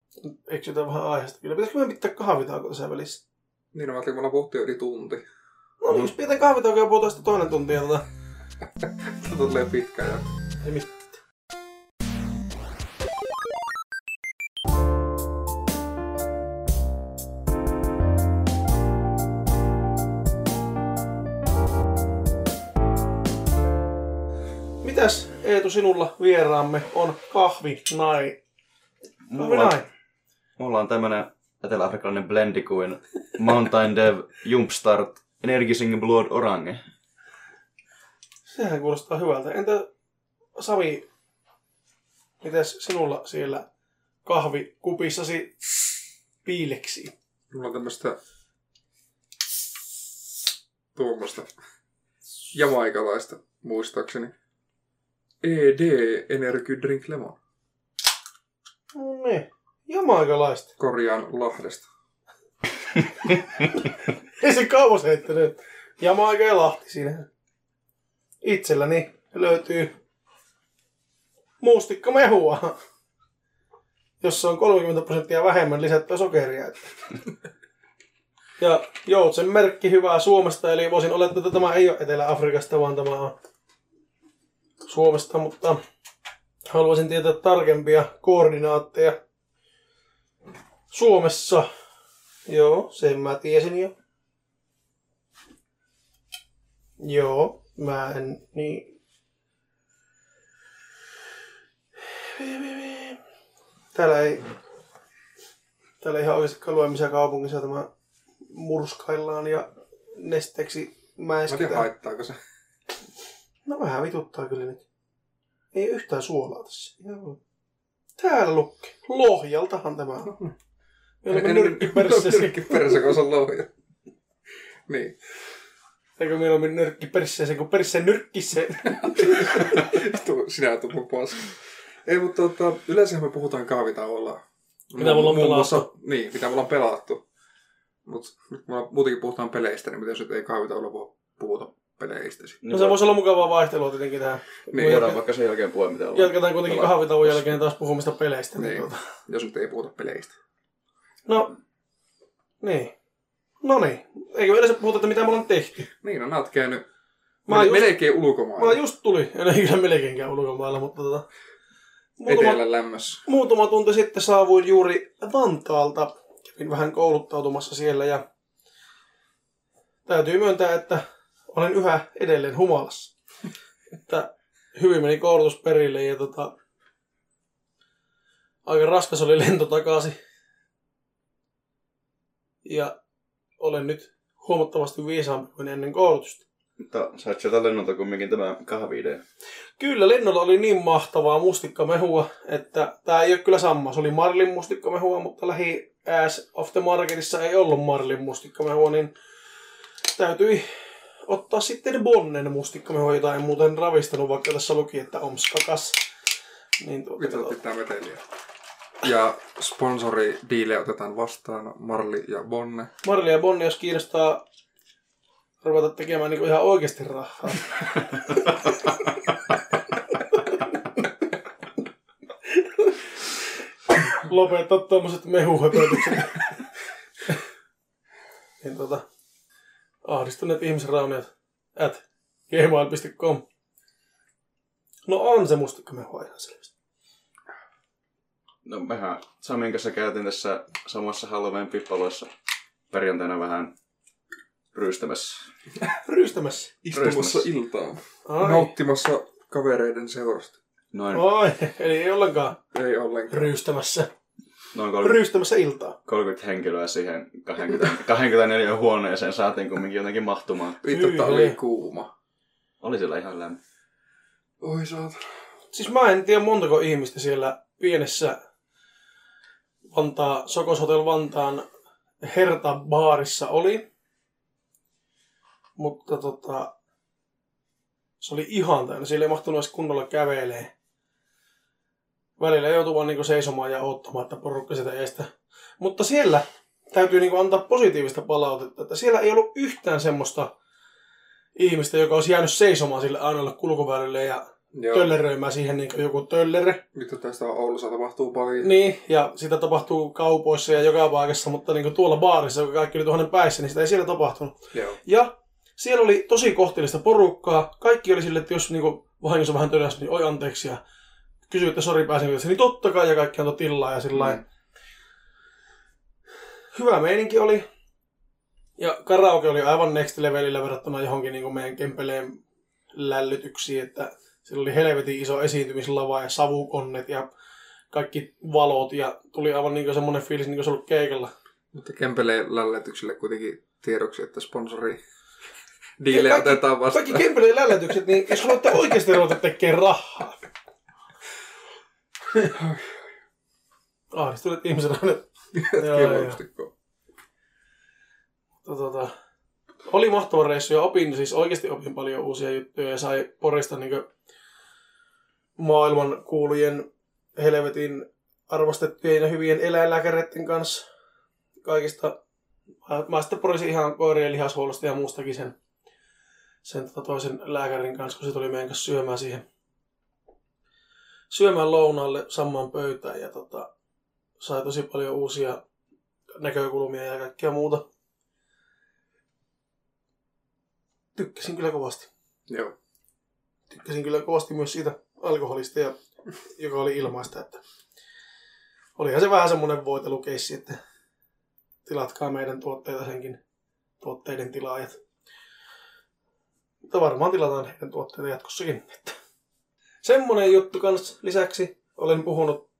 eksytään vähän aiheesta. Kyllä pitäisikö meidän pitää kahvitauko tässä välissä? Niin, mä ajattelin, että me ollaan puhuttu jo yli tunti. No niin, jos pidetään kahvitauko ja puhutaan sitten toinen tunti. Ja Tulee pitkä ja... Ei mitään. Mitäs Eetu sinulla vieraamme on kahvinai? Mulla on tämmönen etelä-afrikkalainen blendi kuin Mountain Dew Jumpstart Energizing Blood Orange. Sehän kuulostaa hyvältä. Entä Sami, mitäs sinulla siellä kahvikupissasi piileksi? Mulla on tämmöstä... tuommoista jamaikalaista, muistaakseni. ED Energy Drink Lemon. No niin, jamaikalaista. Korjaan Lahdesta. Ei se kauas heittänyt. Jamaika ja Lahti siinä. Itselläni löytyy mustikkamehua, jossa on 30% vähemmän lisättyä sokeria. Ja Joutsen merkki hyvää Suomesta, eli voisin olettaa, että tämä ei ole Etelä-Afrikasta, vaan tämä on Suomesta, mutta haluaisin tietää tarkempia koordinaatteja. Suomessa, joo, sen mä tiesin jo. Joo, mä en, niin. Täällä ei ihan oikeastikaan lue missä kaupungissa tämä murskaillaan ja nesteeksi mäiskitään. Mä tiedän, haittaako se. No vähän vituttaa kyllä nyt. Ei yhtään suolaa tässä. Joo. Täällä lukee. Lohjaltahan tämä on. Meillä on nyrkki perseessä. Nyrkki perseessä, kun se on lohja. Niin. Eikö meillä on nyrkki perseessä, kun perse nyrkkissä. Sinä tupu pois. Ei, mutta yleensähän me puhutaan kahvitauolla. Mitä mulla on pelattu. Niin, mitä mulla on pelattu. Mutta nyt muutenkin puhutaan peleistä, niin miten jos ei kahvitauolla puhuta peleistä. No se voisi olla mukavaa vaihtelua tietenkin tähän. Niin, voidaan vaikka sen jälkeen puhua mitä ollaan. Jatketaan kuitenkin kahvitauon jälkeen taas puhumista peleistä. Niin, jos nyt ei puhuta peleistä. No, niin. Noniin. Eikö yleensä puhuta, että mitä me ollaan tehty? Niin, no nää oot käynyt melkein ulkomailla. Mä just tuli. En kyllä melkeinkään ulkomailla, mutta Etelän lämmössä. Muutama tunti sitten saavuin juuri Vantaalta. Kävin vähän kouluttautumassa siellä ja täytyy myöntää, että olen yhä edelleen humalassa. Että hyvin meni koulutus perille ja aika raskas oli lento takaisin. Ja olen nyt huomattavasti viisaampi kuin ennen koulutusta. Mutta sait sieltä lennolta kumminkin tämä kahvi-idea. Kyllä, lennolla oli niin mahtavaa mustikkamehua, että tämä ei ole kyllä sama. Se oli Marlin mustikkamehua, mutta lähi Ass of the Marketissa ei ollut Marlin mustikkamehua, niin täytyi ottaa sitten Bonnen mustikkamehua, jota en muuten ravistanut, vaikka tässä luki, että omskakas. Niin pitää meteliä. Ja sponsoridiile otetaan vastaan Marli ja Bonne. Marli ja Bonne, jos kiinnostaa ruveta tekemään niin ihan oikeasti rahaa. Lopettaa tuommoiset mehuhöpötykset. niin ahdistuneet ihmisrauniot @gmail.com. No on se mustikkamehua ihan selvästi. No mehän Samin kanssa käytiin tässä samassa Halloween pippaloissa perjantaina vähän ryystämässä. Ryystämässä? Istumassa iltaa. Nauttimassa kavereiden seurasta. Noin. Oi, eli ei ollenkaan. Ei ollenkaan. Ryystämässä. Noin ryystämässä iltaa. 30 henkilöä siihen 24 huoneeseen saatiin kumminkin jotenkin mahtumaan. Vittu, oli kuuma. Oli siellä ihan lämmin. Oi saatana. Siis mä en tiedä montako ihmistä siellä pienessä Sokos Hotel Vantaan Herta-baarissa oli. Mutta se oli ihan täynnä. Siellä ei mahtunut edes kunnolla kävelee. Välillä joutuu vaan niinku seisomaan ja odottamaan, että porukka sitä estä. Mutta siellä täytyy niinku antaa positiivista palautetta, että siellä ei ollut yhtään semmoista ihmistä, joka olisi jäänyt seisomaan sille ainoalle kulkuväylille ja Joo. tölleröimään siihen niin kuin joku töllere. Nyt tästä Oulussa tapahtuu paljon. Niin, ja sitä tapahtuu kaupoissa ja joka paikassa, mutta niin kuin tuolla baarissa, joka kaikki oli 1000 päissä, niin sitä ei siellä tapahtunut. Joo. Ja siellä oli tosi kohteliasta porukkaa. Kaikki oli silleen, että jos niin kuin vahingossa vähän tönäsi, niin oi anteeksi ja kysyi, että sori pääsinkö, niin totta kai ja kaikki antoi tilaa ja sillä Hyvä meininki oli. Ja karaoke oli aivan next levelillä verrattuna johonkin niin kuin meidän Kempeleen lällytyksiin, että siellä oli helvetin iso esiintymislava ja savukonnet ja kaikki valot ja tuli aivan niin kuin semmoinen fiilis, niin kuin se ollut keikalla. Mutta Kempeleen lällätyksille kuitenkin tiedoksi, että sponsori diilejä otetaan vastaan. Kaikki Kempeleen lällätykset, niin jos haluatte oikeasti ruveta tekemään rahaa. Ahdistuneet ihmiset on nyt. Oli mahtava reissu ja oikeasti opin paljon uusia juttuja ja sai Porista niin maailman kuulujen helvetin arvostettujen ja hyvien eläinlääkäreiden kanssa kaikista. Mä sitten porisin ihan koirien lihashuollosta ja muustakin sen toisen lääkärin kanssa, kun se tuli meidän kanssa syömään lounaalle samaan pöytään ja sai tosi paljon uusia näkökulmia ja kaikkea muuta. Tykkäsin kyllä kovasti. Joo. Tykkäsin kyllä kovasti myös siitä alkoholista, joka oli ilmaista. Että olihan se vähän semmoinen voitelukeissi, että tilatkaa meidän tuotteita senkin tuotteiden tilaajat. Mutta varmaan tilataan heidän tuotteita jatkossakin. Että. Semmoinen juttu kans lisäksi. Olen puhunut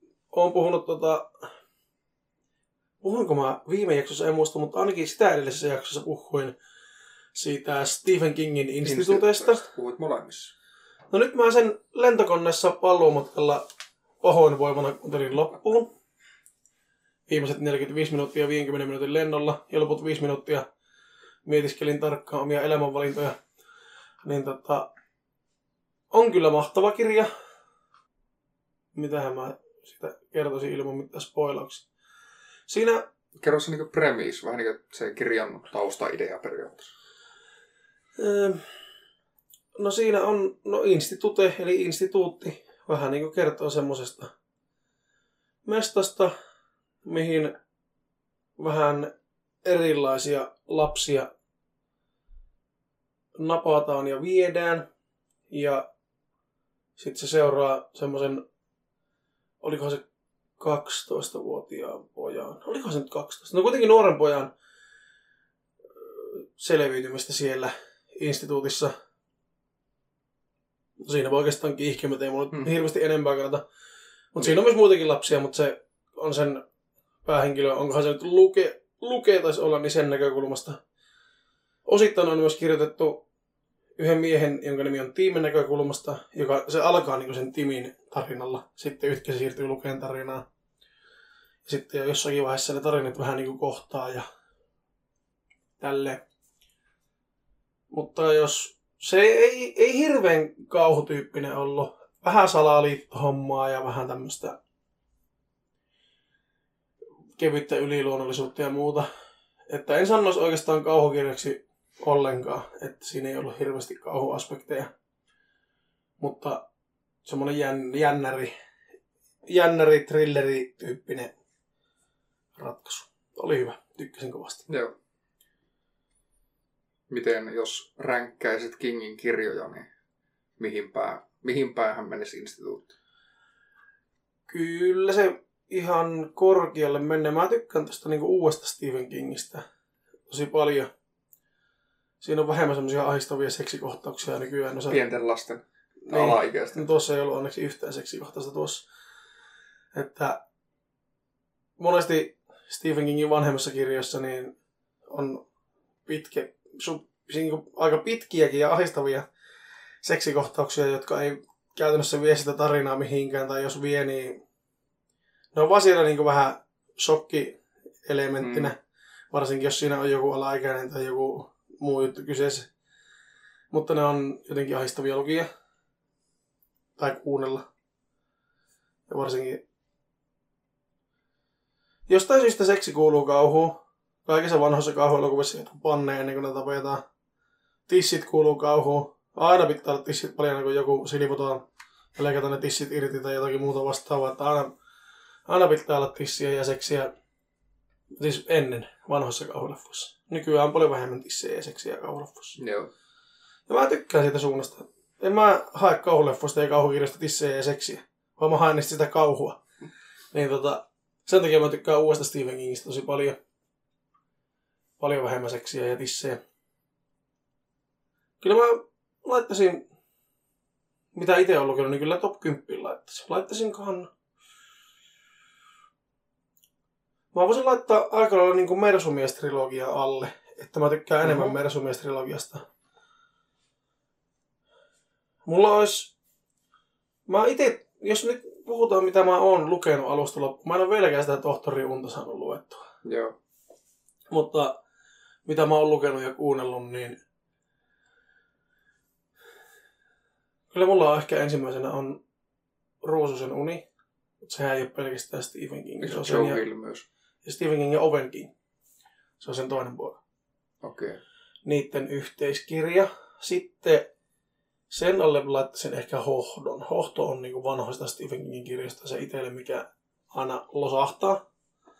puhuinko mä viime jaksossa, en muista, mutta ainakin sitä edellisessä jaksossa puhuin siitä Stephen Kingin instituuteista. Puhuit molemmissa. No nyt mä sen lentokoneessa paluumatkalla pahoinvoimana kuuntelin loppuun. Viimeiset 45 minuuttia 50 minuutin lennolla ja loput 5 minuuttia mietiskelin tarkkaan omia elämänvalintoja. Niin on kyllä mahtava kirja. Mitähän mä sitä kertoisin ilman mitään spoilauksia. Siinä kerro se niinku premise, vähän niin kuin se kirjan taustaidea periaatteessa. No siinä on institute, eli instituutti, vähän niin kuin kertoo semmosesta mestasta, mihin vähän erilaisia lapsia napataan ja viedään. Ja sitten se seuraa semmoisen, olikohan se 12-vuotiaan pojan, olikohan se nyt 12? No kuitenkin nuoren pojan selviytymistä siellä instituutissa. Siinä voi oikeastaan kiihkeämät, ei mulla hirveästi enempää kannata. Mutta siinä on myös muitakin lapsia, mutta se on sen päähenkilö, onkohan se nyt lukee taisi olla, niin sen näkökulmasta. Osittain on myös kirjoitettu yhden miehen, jonka nimi on Tiimen näkökulmasta, joka se alkaa niin sen Timin tarinalla. Sitten yhtäkkiä se siirtyy lukeen tarinaan. Ja sitten jossakin vaiheessa ne tarinat vähän niin kuin kohtaa ja tälleen. Mutta jos se ei hirveän kauhutyyppinen ollut. Vähän salaliittohommaa ja vähän tämmöistä kevyttä yliluonnollisuutta ja muuta. Että en sanoisi oikeastaan kauhukirjaksi ollenkaan, että siinä ei ollut hirveästi kauhuaspekteja. Mutta semmoinen jännäri, thrilleri-tyyppinen ratkaisu. Oli hyvä, tykkäsin kovasti. Joo. Miten, jos ränkkäisit Kingin kirjoja, niin mihin päähän menisi instituutti? Kyllä se ihan korkealle menee. Mä tykkään tästä niinku uudesta Stephen Kingistä tosi paljon. Siinä on vähemmän semmoisia ahdistavia seksikohtauksia nykyään. No pienten lasten niin, alaikäisten. No tuossa ei ollut onneksi yhtään seksikohtausta tuossa. Että monesti Stephen Kingin vanhemmassa kirjoissa niin on aika pitkiäkin ja ahdistavia seksikohtauksia, jotka ei käytännössä vie sitä tarinaa mihinkään. Tai jos vie, niin ne on vaan siellä niin vähän shokki-elementtinä. Varsinkin jos siinä on joku alaikäinen tai joku muu juttu kyseessä. Mutta ne on jotenkin ahdistavia lukia. Tai kuunnella. Ja varsinkin jostain syystä seksi kuuluu kauhuun. Kaikissa vanhoissa kauhuelokuvissa jotkut pannee ennen kuin ne tapetaan. Tissit kuuluu kauhuun. Aina pitää olla tissit paljon, kun joku silvotaan ja leikata ne tissit irti tai jotakin muuta vastaavaa. Että aina pitää olla tissiä ja seksiä. Siis ennen vanhoissa kauhuleffoissa. Nykyään on paljon vähemmän tissejä ja seksiä kauhuleffoissa. Joo. Ja mä tykkään siitä suunnasta. En mä hae kauhuleffoista ja kauhukirjasta tissejä ja seksiä. Vaan mä haen niistä sitä kauhua. Niin sen takia mä tykkään uudesta Stephen Kingistä tosi paljon. Paljon vähemmän seksiä ja tissejä. Kyllä mä laittaisin, mitä itse on lukenut, niin kyllä top 10 laittaisin. Laittaisinkohan... Mä voisin laittaa aika lailla niin kuin Mersumies-trilogiaa alle. Että mä tykkään enemmän Mersumies-trilogiasta. Mulla olisi... Mä itse, jos nyt puhutaan mitä mä oon lukenut alusta loppuun, mä en ole vieläkään sitä Tohtori Unta saanut luettua. Joo. Mutta mitä mä oon lukenut ja kuunnellut, niin... Kyllä mulla on ehkä ensimmäisenä on Ruususen uni. Mutta sehän ei ole pelkästään Stephen King. Se on Joe Hill myös. Ja Stephen King ja Owen King. Se on sen toinen poika. Okei. Okay. Niiden yhteiskirja. Sitten sen alle laittaisin ehkä Hohdon. Hohto on niin kuin vanhoista Stephen Kingin kirjasta se itselle, mikä aina losahtaa.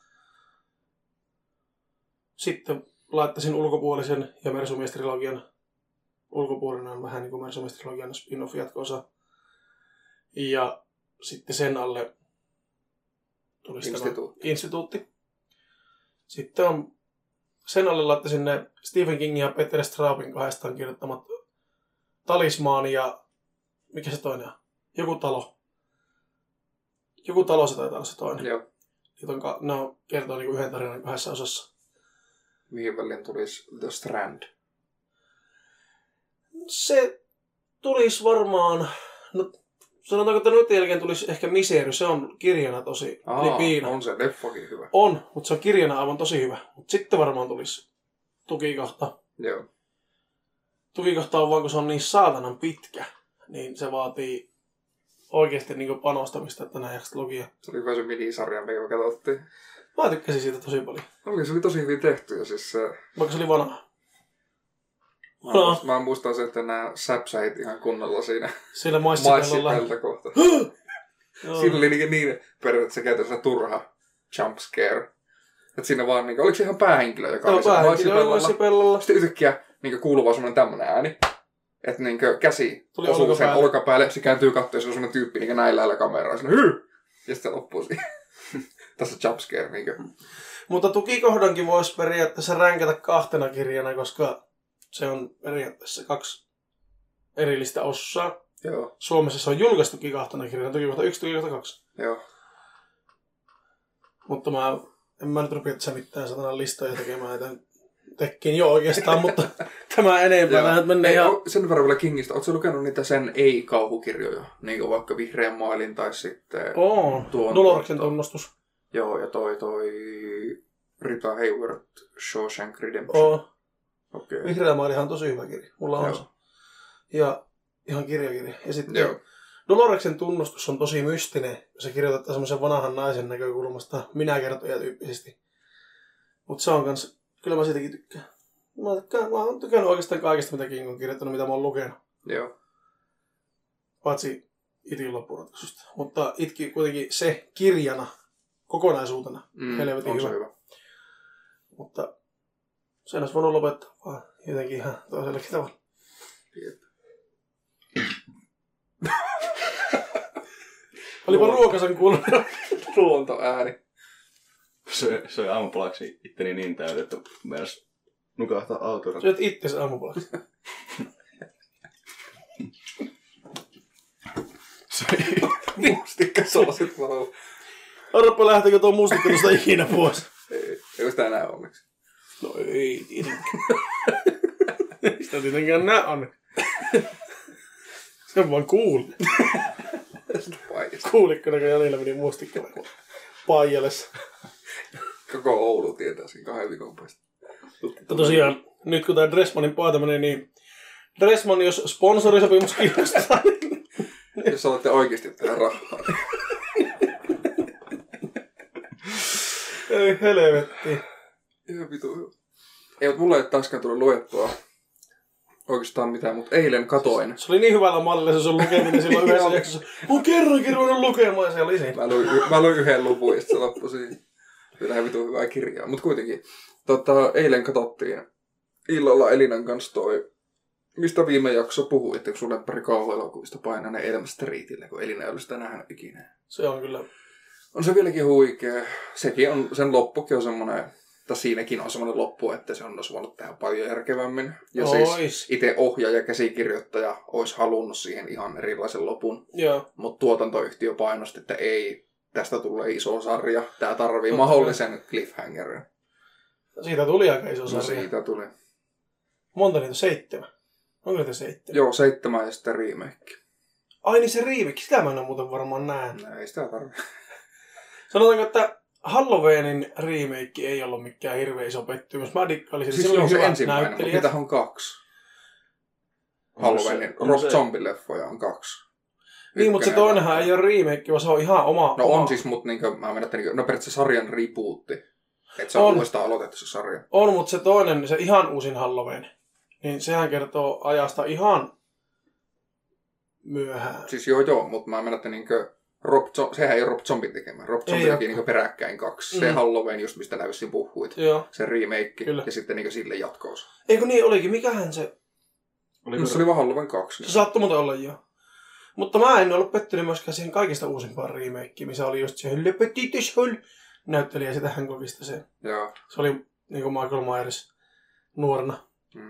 Sitten laittaisin ulkopuolisen ja Mersumies-trilogian. Ulkopuolinen on vähän niin kuin Mersumies-trilogian spin-off jatko-osa. Ja sitten sen alle tulisi Instituutti. Sitten on sen alle laittaisin ne Stephen Kingin ja Peter Straubin kahdestaan kirjoittamat Talismaani ja mikä se toinen on? Joku talo. Joku talo se taitaa olla se toinen. Joo. Ne on kertoo niin yhden tarinan kahdessa osassa. Mihin väliin tulisi The Strand? Se tulisi varmaan... No, sanotaanko, että nyt jälkeen tulisi ehkä Misery. Se on kirjana tosi lipiina. On se leffakin hyvä. On, mutta se on kirjana aivan tosi hyvä. Mutta sitten varmaan tulisi Tukikohta. Joo. Tukikohta on vaan, kun se on niin saatanan pitkä, niin se vaatii oikeasti niin panostamista, että näin jaksat lukia. Se oli hyvä se minisarja, mikä me katsottiin. Mä tykkäsin siitä tosi paljon. Se oli tosi hyvin tehty. Ja siis, vaikka se oli vanha. Mä muistan sen, että nämä säpsähit ihan kunnolla siinä maissipellolla kohta. Siinä oli niin periaatteessa käytössä turha jump scare. Että siinä vaan, niin, oliko se ihan päähenkilö, joka oli maissipellolla. Sitten yhtäkkiä niin kuuluu vaan semmoinen tämmöinen ääni. Että niin käsi osuu sen olkapäälle. Se kääntyy katsoa, ja se on semmoinen tyyppi niin näin lähellä kameraa. Ja sitten loppuu siihen. Tässä jump scare. Niin. Mutta Tukikohdankin voisi periaatteessa ränkätä 2 kirjana, koska se on periaatteessa 2 erillistä osaa. Joo. Suomessa se on julkaistu Tukikohtana kirjana, Tukikohta 1, Tukikohta 2. Joo. Mutta en mä nyt rupea tässä mitään satanan listoja tekemään, että tekkiin jo oikeastaan, mutta tämä enempää. Tähän menee ihan... Sen verran vielä Kingistä. Ootko lukenut niitä sen ei-kauhukirjoja? Niin kuin vaikka Vihreän maalin tai sitten... Doloreksen tunnustus. Joo, ja toi Rita Hayworth, Shawshank Redemption. Okay. Vihreä maalihan on tosi hyvä kirja. Mulla on se. Ja ihan kirjakirja. Ja sitten Doloreksen tunnustus on tosi mystinen. Se kirjoitetaan semmoisen vanhan naisen näkökulmasta minäkertoja tyyppisesti. Mutta se on kans... Kyllä mä siitäkin tykkään. Mä oon tykännyt oikeastaan kaikesta, mitä King on kirjoittanut, mitä mä oon lukenut. Joo. Paitsi Itin loppuratkaisusta. Mutta Itki kuitenkin se kirjana, kokonaisuutena, helvetin hyvä. Mutta sen olisi voinut lopettaa vaan jotenkin ihan toisellekin tavalla. Olipa ruokasan kuulunut. Luontoääni. Se aamupalaksi itteni niin täydet, että meinas nukahtaa autolla. Syöt itses aamupalaksi. Mustikkasoosit valuu. Arvopa lähtekö tuo mustikka tuosta ikinä pois? Eikö sitä enää onneksi? No ei tietenkään. Ei sitä tietenkään näe onneksi. Se on vaan kuuli. Kuulikko näkö jäljellä meni mustikka Paijalessa. Koko Oulu tietää siinä 2 viikon päästä. Tosiaan, nyt kun tää Dressmanin paita menee, niin Dressman, jos sponsorisopimus kiinnostaa, niin... Jos olette oikeasti tehdä rahaa. Ei helvetti. Ihan vitu hyvä. Ei, mutta mulla ei taaskaan tullut luettua. oikeastaan mitään, mutta eilen katoin. Se oli niin hyvällä mallilla se sun lukeminen silloin yhdessä jaksossa. Mun kerrankin ruvennut lukemaan ja se oli siinä. Mä luin yhden luvun ja sitten se loppui siihen. Kyllähän vitun hyvää kirjaa. Mutta kuitenkin, eilen katsottiin illalla Elinan kanssa toi, mistä viime jakso puhuitte, kun sulle pari kauhuelokuvista painaa ne Elm Streetille, kun Elina ei ole sitä nähnyt ikinä. Se on kyllä. On se vieläkin huikea. Sekin on, sen loppukin on semmoinen, tai siinäkin on semmoinen loppu, että se on voinut tehdä paljon järkevämmin. Ja siis itse ohjaaja ja käsikirjoittaja olisi halunnut siihen ihan erilaisen lopun. Mutta tuotantoyhtiö painosti, että ei, tästä tulee iso sarja. Tää tarvii mahdollisen cliffhangerin. Siitä tuli aika iso sarja. Siitä tuli. Monta niitä? 7? Onko niitä 7? Joo, 7 ja sitten remake. Ai niin se remake, sitä mä en ole muuten varmaan nähnyt. Ei sitä tarvitse. Sanotaanko, että Halloweenin remake ei ollut mikään hirveän iso pettymys. Mä dikkailin siitä. Siis joo, se ensimmäinen, mutta niitä on 2. Halloweenin Rob Zombie-leffoja on 2. Niin, mutta se toinenhan ei ole remake, vaan se on ihan oma. No on siis, mutta mä menen, että periaatteessa sarjan rebootti. Että se on uudestaan aloitettu se sarja. On, mutta se toinen, se ihan uusin Halloween, niin sehän kertoo ajasta ihan myöhään. Siis joo, mutta mä menen, että sehän ei ole Rob Zombie tekemä. Rob Zombie teki peräkkäin 2. Se Halloween, just mistä näysin puhuit. Joo. Se remake ja sitten sille jatkous. Eikö niin olikin? Mikähän se? Se oli vaan Halloween 2. Se saattoi muuten olla jo. Mutta mä en ollut pettynyt myöskään siihen kaikista uusimpaan remakeen, missä oli just se Le Petit Échelle näyttelijä sitä Hancockista se. Joo. Se oli niin kuin Michael Myers nuorena.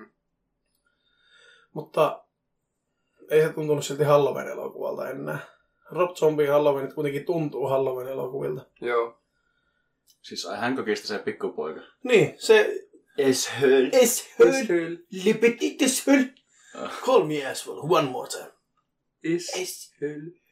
Mutta ei se tuntunut silti Halloween-elokuvalta enää. Rob Zombie Halloweenit kuitenkin tuntuu Halloween-elokuvilta. Joo. Siis Hancockista se pikkupoika. Niin, se... Échelle. Le Petit Échelle. Call me asshole one more time. Échelle.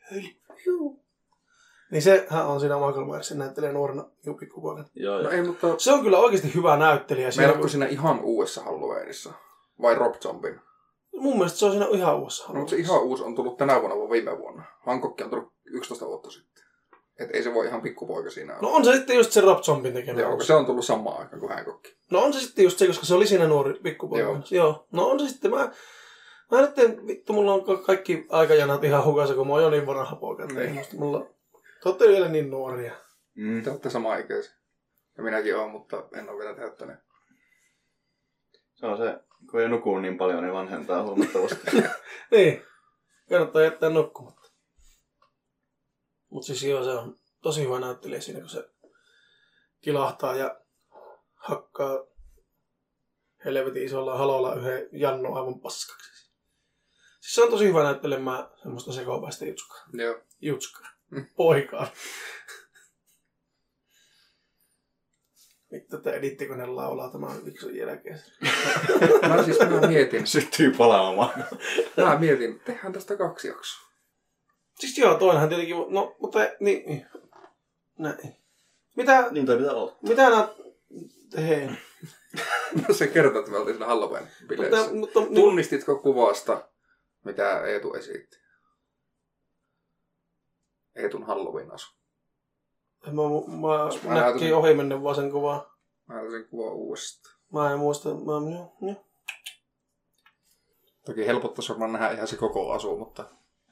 Niin sehän on siinä Michael Myersin näyttelijä nuorena pikkupoikana. Joo. No ei, mutta... Se on kyllä oikeasti hyvä näyttelijä. Meinaatko siinä ihan uudessa Halloweenissa? Vai Rob Zombien? Mun mielestä se on siinä ihan uudessa Halloweenissa. No, mutta se ihan uusi on tullut tänä vuonna vai viime vuonna. Hancock on tullut 11 vuotta sitten. Et ei se voi ihan pikkupoika siinä olla. No on se sitten just se Rob Zombien tekemä. Joo, se on tullut samaan aikaan kuin Hancock. No on se sitten just se, koska se oli siinä nuori pikkupoika. Joo. No on se sitten. Mä nyt vittu, mulla on kaikki aikajanat ihan hukassa, kun mä oon jo niin vanha poika. Te ootte vielä niin nuoria. Te ootte sama ikäisiä. Ja minäkin oon, mutta en ole vielä täyttänyt. Se on se, kun ei nuku niin paljon, niin vanhentaa huomattavasti. Niin. Kannattaa jättää nukkumatta. Mut siis joo, se on tosi hyvä näyttelijä siinä, kun se kilahtaa ja hakkaa helvetin isolla halolla yhden Jannu aivan paskaksi. Siis se on tosi hyvä näyttelemään semmoista sekopäistä jutskaa. Joo. Jutskaa. Poikaan. Vittu, että edittikö ne laulaa tämän viksun jälkeen. Mä mietin. Syttyy palaamaan. Mä mietin, tehdään tästä 2 jaksoa. Siis joo, toinenhan tietenkin, no, mutta niin. Näin. Mitä? Niin toi pitää olla. Mitä nää hei. No se kertoo, että me oltiin siinä Halloween-bileissä. Tunnistitko kuvasta, mitä Eetu esitti? Eetun Halloween-asu. Mä näkin ohi mennä vaan sen kuvaan. Mä näytän sen kuvaa uudestaan. Mä en muista. Toki helpottaisi varmaan nähdä ihan se koko asu, mutta...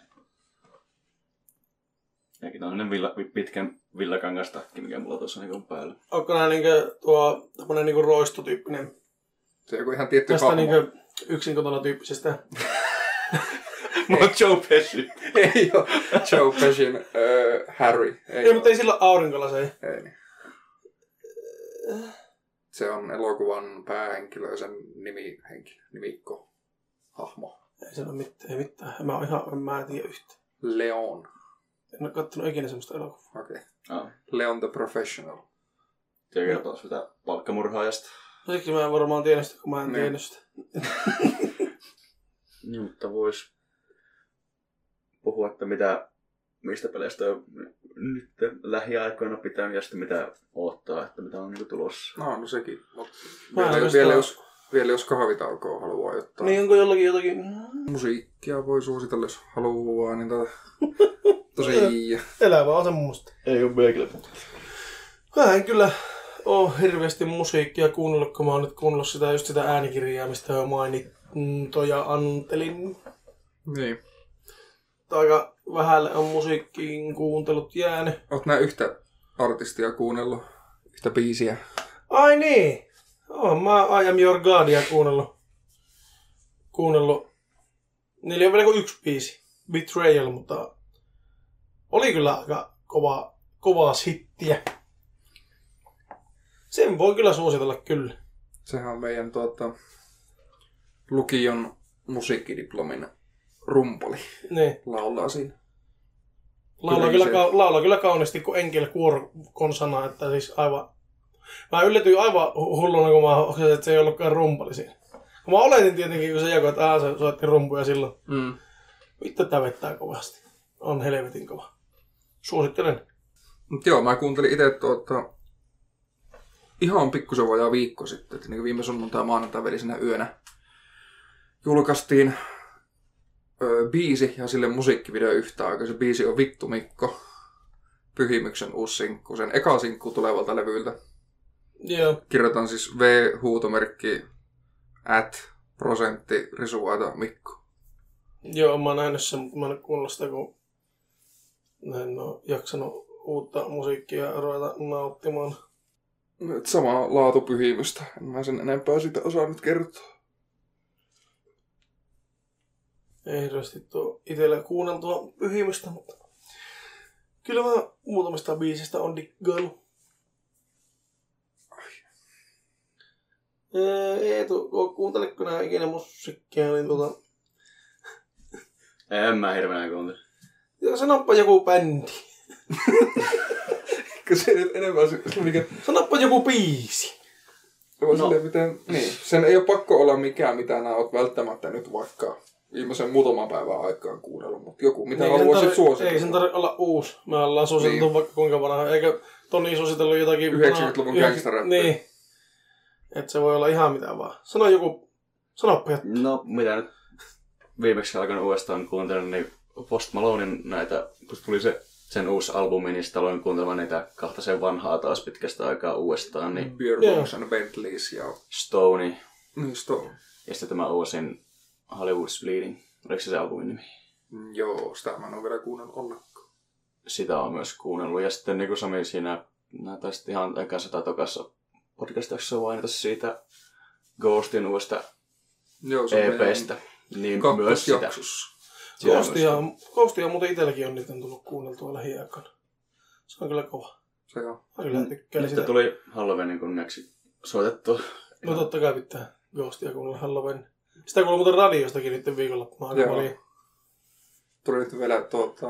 Jäkin tämmönen pitkän villakangastakki, mikä mulla tuossa on päällä. Onko nää tuo tämmönen roistotyyppinen? Se on joku ihan tietty tästä hahmo. Yksin kotona tyyppisestä. Mä oon Joe Pesci. Ei oo Joe Pescin Harry. Ei, mutta ei sillä aurinkolaseja. Ei niin. Se on elokuvan päähenkilö, sen nimikko, hahmo. Ei se ole mitään. Mä en tiedä yhtään. Leon. En ole kattonut ikinä semmoista elokuvaa. Okei. Leon the Professional. Se kertoo sitä palkkamurhaajasta. No siksi mä en varmaan tiedä sitä, kun mä en tiennyt sitä. Niin, mutta vois puhua, että mistä peleistä on nyt lähiaikoina pitänyt ja sitten mitä odottaa, että mitä on tulossa. No sekin. Vielä jos kahvitaukoa haluaa ottaa. Niin onko jotakin? Musiikkia voi suositella, jos haluaa, niin tosi elävä on semmoista. Ei oo meikille. Mä en kyllä oo hirveästi musiikkia kuunnellut, kun mä oon nyt kuunnellut sitä äänikirjaa, mistä on mainittu. Toja Antelin. Niin. Aika vähälle on musiikkiin kuuntelut jäänyt. Oot nää yhtä artistia kuunnellut? Yhtä biisiä? Ai niin! Mä I Am Your Godia kuunnellut. Niillä on vielä kuin yksi biisi. Betrayal, mutta oli kyllä aika kovaa hittiä. Sen voi kyllä suositella kyllä. Sehän on meidän lukion musiikkidiplomin rumpali. Niin. Laulaa siinä. Laulaa kyllä kauniisti kuin Enkel Kuorkonsana, että siis aivan... Mä yllätyin aivan hulluna, kun mä hoksasin, että se ei ollutkaan rumpali siinä. Kun mä oletin tietenkin, kun se jakoi, että se soitti rumpuja silloin. Vittu, tää vettää kovasti. On helvetin kova. Suosittelen. Mut joo, mä kuuntelin itse ihan pikkusen vajaa viikko sitten. Että niin viime sunnuntai maanantai välisenä yönä julkaistiin biisi ja sille musiikkivideo yhtä aikaa. Se biisi on Vittu Mikko. Pyhimyksen uusi sinkku. Sen eka sinkku tulevalta levyltä. Joo. Kirjoitan siis V-huutomerkki @ Risuaita Mikko. Joo, mä oon nähnyt sen, mutta mä en kuunnella sitä, kun en oo jaksanut uutta musiikkia ruveta nauttimaan. Sama laatu pyhimystä. En mä sen enempää sitä osaa nyt kertoa. Ei hirveästi tuo itsellä kuunneltua pyhimystä, mutta kyllä mä muutamista biisistä on diggailu. Eetu, kuunteletko nää ikinä musiikkia, niin En mä hirveänä kuuntele. Sanoppa joku bändi. Se nyt enemmän se mikä... Sanoppa joku biisi. Silleen, miten... Niin, sen ei ole pakko olla mikään, mitä nää oot välttämättä nyt vaikka viimeisen muutaman päivän aikaan kuunnellut, mutta joku, mitä niin, haluaisit suositella. Ei sen tarvitse olla uusi. Me ollaan suositeltu niin. Vaikka kuinka vanha. Eikä Toni suositellut jotakin... 90-luvun gangsteräppiä. Niin. Että se voi olla ihan mitä vaan. Sano joku... Sanoppa jotta. No, mitä nyt viimeksi alkanut uudestaan kuuntelemaan, niin Post Malonein näitä, kun tuli sen uusi albumi, niin sitten aloin kuuntelemaan niitä kahta sen vanhaa taas pitkästä aikaa uudestaan. Niin Beerbongs and Bentleys ja... Stone. Niin, Stone. Ja sitten tämä uusin Hollywood's Bleeding. Oliko se albumin nimi? Joo, sitä mä en ole vielä kuunnellut ollenkaan. Sitä on myös kuunnellut. Ja sitten niin kuin Sami siinä, taisit ihan ekassa tai tokassa podcast-jaksossa mainita siitä Ghostin uudesta EP:stä. Niin myös sitä. Ghostia muuten itselläkin on niitä tullut kuunneltua lähiaikana. Se on kyllä kova. Se on. Nyt tuli Halloweenin kunniaksi soitettua. No totta kai pitää Ghostia kuunnella Halloween. Sitä kuuluu muuten radiostakin nyt viikonloppuna aika paljon. Tuli nyt vielä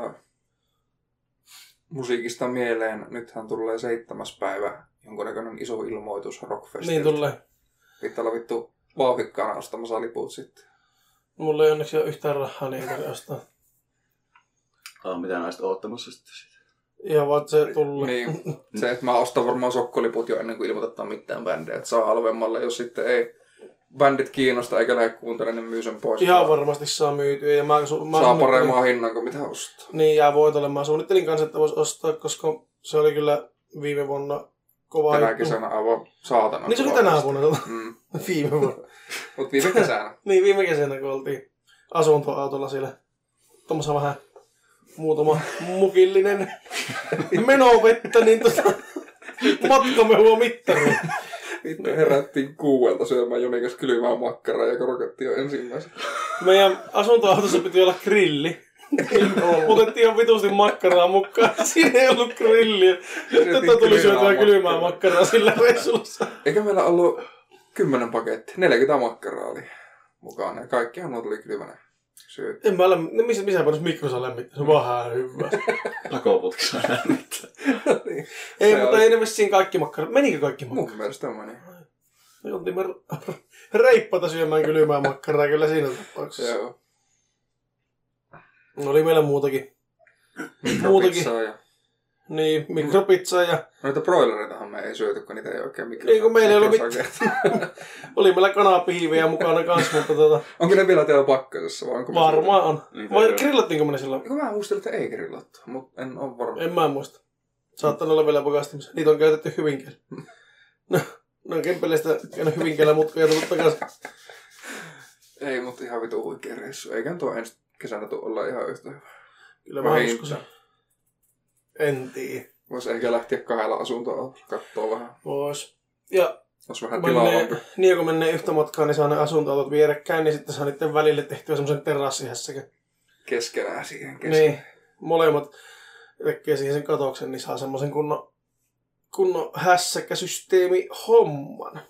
musiikista mieleen. Nythän tulee 7. päivä jonkunnäköinen iso ilmoitus Rockfestilta. Niin tulee. Pitää olla vittu vauhikkaana ostamassa liput sitten. Mulla ei onneksi ole yhtään rahaa, niin ei tarvitse ostaa. Mitä näistä oottamassa sitten siitä? Ihan vaan, että se tulee. Niin. Se, että mä ostan varmaan sokkoliput jo ennen kuin ilmoitetaan mitään bändejä. Että saa halvemmalle, jos sitten ei bändit kiinnosta eikä lähde kuuntelemaan, niin myy sen pois. Ihan varmasti saa myytyä. Ja mä saa paremman hinnan kuin mitä ostaa. Niin, ja voitolle. Mä suunnittelin kanssa, että vois ostaa, koska se oli kyllä viime vuonna kova tänä kesänä aivan saatana. Niin se oli tänä vuonna. Viime vuonna. Mut viime kesänä. Niin, viime kesänä, kun oltiin asuntoautolla siellä. Tuommoisa vähän muutama mukillinen menovettä, niin matkamehua mittari. Vittu herättiin 6 syömään Jonikas kylmää makkaraa ja korokattiin jo ensimmäisenä. Meidän asuntoautossa piti olla grilli. Otettiin ihan vitusti makkaraa mukaan. Siinä ei ollut grilliä. Tätä tuli syötyä kylmää makkaraa sillä reissulla. Eikä meillä ollut 10 pakettia. 40 makkaraa oli mukana. Ja kaikkihan nuo tuli kylmänä syötyä. En mä missä panos mikrossa lämmittää? Se on vähän hyvä. Pakoputkissa lämmittää. Niin. Ei, mutta oli... ei ne vissiin kaikki makkarat. Menikö kaikki makkarat? Mun mielestä meni. Me oltimme reippata syömään kylmää makkaraa kyllä siinä tapauksessa. Joo. Oli meillä muutakin. Mikropizzaa ja... Niin, mikropizzaa ja... Noita broileritahan me ei syöty, kun niitä ei oikein mikrossa. Niin, kun meillä ei ollut oli meillä kanapihivejä mukana kanssa, mutta Onko ne vielä teillä pakkasessa vai onko... Varmaan on. Vai grillattiinko me ne silloin? Mä muistelin, että ei grillattu, mutta en ole varma. En mä muista. Saattaa olla vielä pakastimissa. Niitä on käytetty Hyvinkäällä. No on Kempeleistä käynyt Hyvinkäällä, mutta ei tullut takaisin. Ei vitu huikea reissu. Eikä tuo ensi kesänä tule olla ihan yhtä hyvä. Kyllä mä uskoisin. En tiedä. Voisi ehkä lähteä 2 asuntoa kattoo vähän. Vois. Ja olisi vähän tilaavampi. Niin, kun menee yhtä matkaa, niin saa ne asuntoautot vierekkäin, niin sitten saa niiden välille tehtyä semmoisen terassihässäkin. Keskenään siihen Niin, molemmat tekee siihen sen katoksen, niin saa semmoisen kunnon hässäkkäsysteemi homman.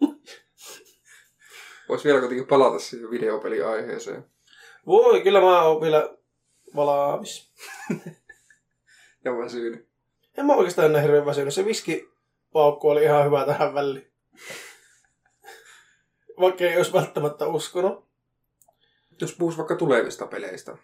Vois vielä kuitenkin palata siihen videopeliaiheeseen. Voi, kyllä mä oon vielä valaamis. Ja väsynyt. En mä oikeastaan enää hirveän väsynyt. Se viskipaukku oli ihan hyvä tähän väliin. Vaikka ei olisi välttämättä uskonut. Jos puhuis vaikka tulevista peleistä.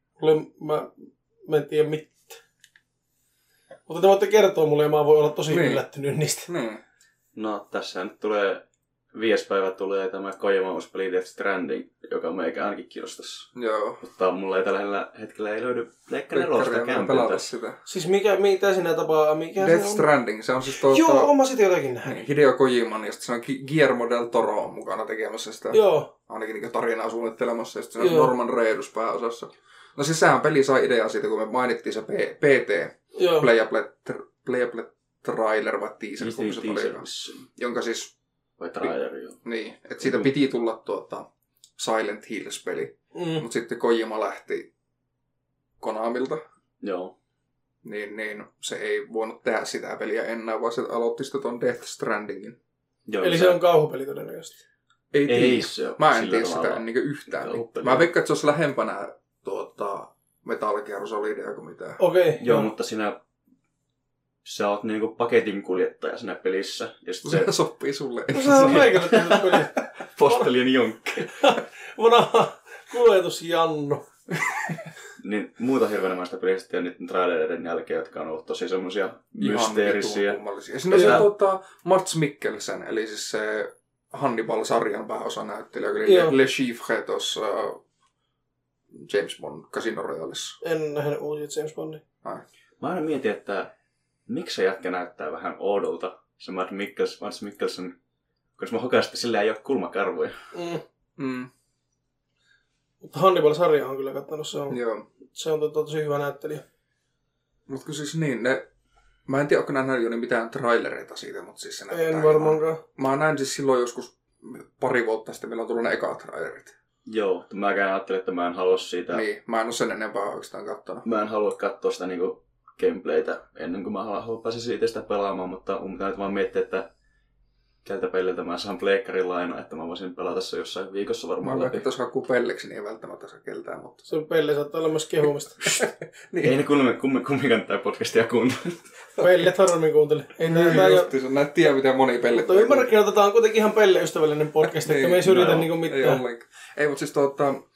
Mä en tiedä mitään. Mutta te voitte kertoa mulle ja mä voin olla tosi yllättynyt niistä. Niin. No tässä nyt tulee 5. päivä tulee tämä Kojima uusi peli Death Stranding, joka meikä ainakin kiinnostaisi. Joo. Mutta mulla ei tällä hetkellä ei löydy Pleikka 4 kämpiltä. Sitä. Siis mitä siinä tapaa? Mikä Death se on? Stranding, se on siis Joo, on mä sitten jotakin nähnyt. Niin, Hideo Kojiman ja sitten se on Guillermo del Toro on mukana tekemässä sitä. Joo. Ainakin niin tarinaa suunnittelemassa ja sitten se on Norman Reedus pääosassa. No siis sehän peli sai ideaa siitä, kun me mainittiin se PT. Joo. Playable Trailer vai teaser, kun se oli. Jonka siis... Vai trailer, joo. Niin, että siitä piti tulla Silent Hills-peli. Mutta sitten Kojima lähti Konamilta. Joo. Niin se ei voinut tehdä sitä peliä enää, vaan se aloitti sitten ton Death Strandingin. Joo, eli se on kauhupeli todennäköisesti. Ei se ole. Mä en tiedä sitä niin yhtään. Mä veikkaan, että se olisi lähempänä Metal Gear Solidia kuin mitään. Okei. Joo, mutta sä oot niinku paketin kuljettaja siinä pelissä. Ja sit se sopii sulle. No sehän on meikälle tehnyt peli. Postelien jonkki. Vanha kuljetusjannu. Niin muuta hirveän sitä pelistä ja niiden trailereiden jälkeen, jotka on ollut tosi semmosia mysteerisiä. Ja siinä on se Mads Mikkelsen, eli siis se Hannibal-sarjan pääosanäyttelijä, eli Le Chiffre tuossa James Bond Casino Royalessa. En nähnyt uusia James Bondin. Mä aina mietin, että miksi se jätkä näyttää vähän oudolta, se Mads Mikkelsen, koska mä hokasin, että sillä ei ole kulmakarvoja. Mutta Hannibal-sarja on kyllä kattanut, se on tosi hyvä näyttelijä. Mutta siis niin, mä en tiedä, onko näin jo mitään trailereita siitä, mutta siis se näyttää. En varmaankaan. Mä näin siis silloin joskus 2 vuotta sitten, meillä on tullut ne ekat trailerit. Joo, mäkään ajattelin, että mä en halua siitä. Niin, mä en ole sen enempää oikeastaan kattonut. Mä en halua katsoa sitä niinku gameplaytä ennen kuin mä pääsin itse sitä pelaamaan, mutta mun pitää nyt vaan miettiä, että tältä peliltä mä saan pleikkarin lainaa, että mä voisin pelata se jossain viikossa varmaan läpi. Jos hakuu pelleksi, niin ei välttämättä saa keltään, mutta... Se pelle saattaa olla myös kehumista. Niin. Ei ne kumminkaan tätä podcastia kuuntele. Pellet harvemmin kuuntele. Ei näet tiedä, miten moni pellet... Mutta ymmärräkin, että tämä on kuitenkin ihan pelle-ystävällinen podcast, että me ei syrjitä niinku mitään. Ei ollenkaan. Ei, mutta siis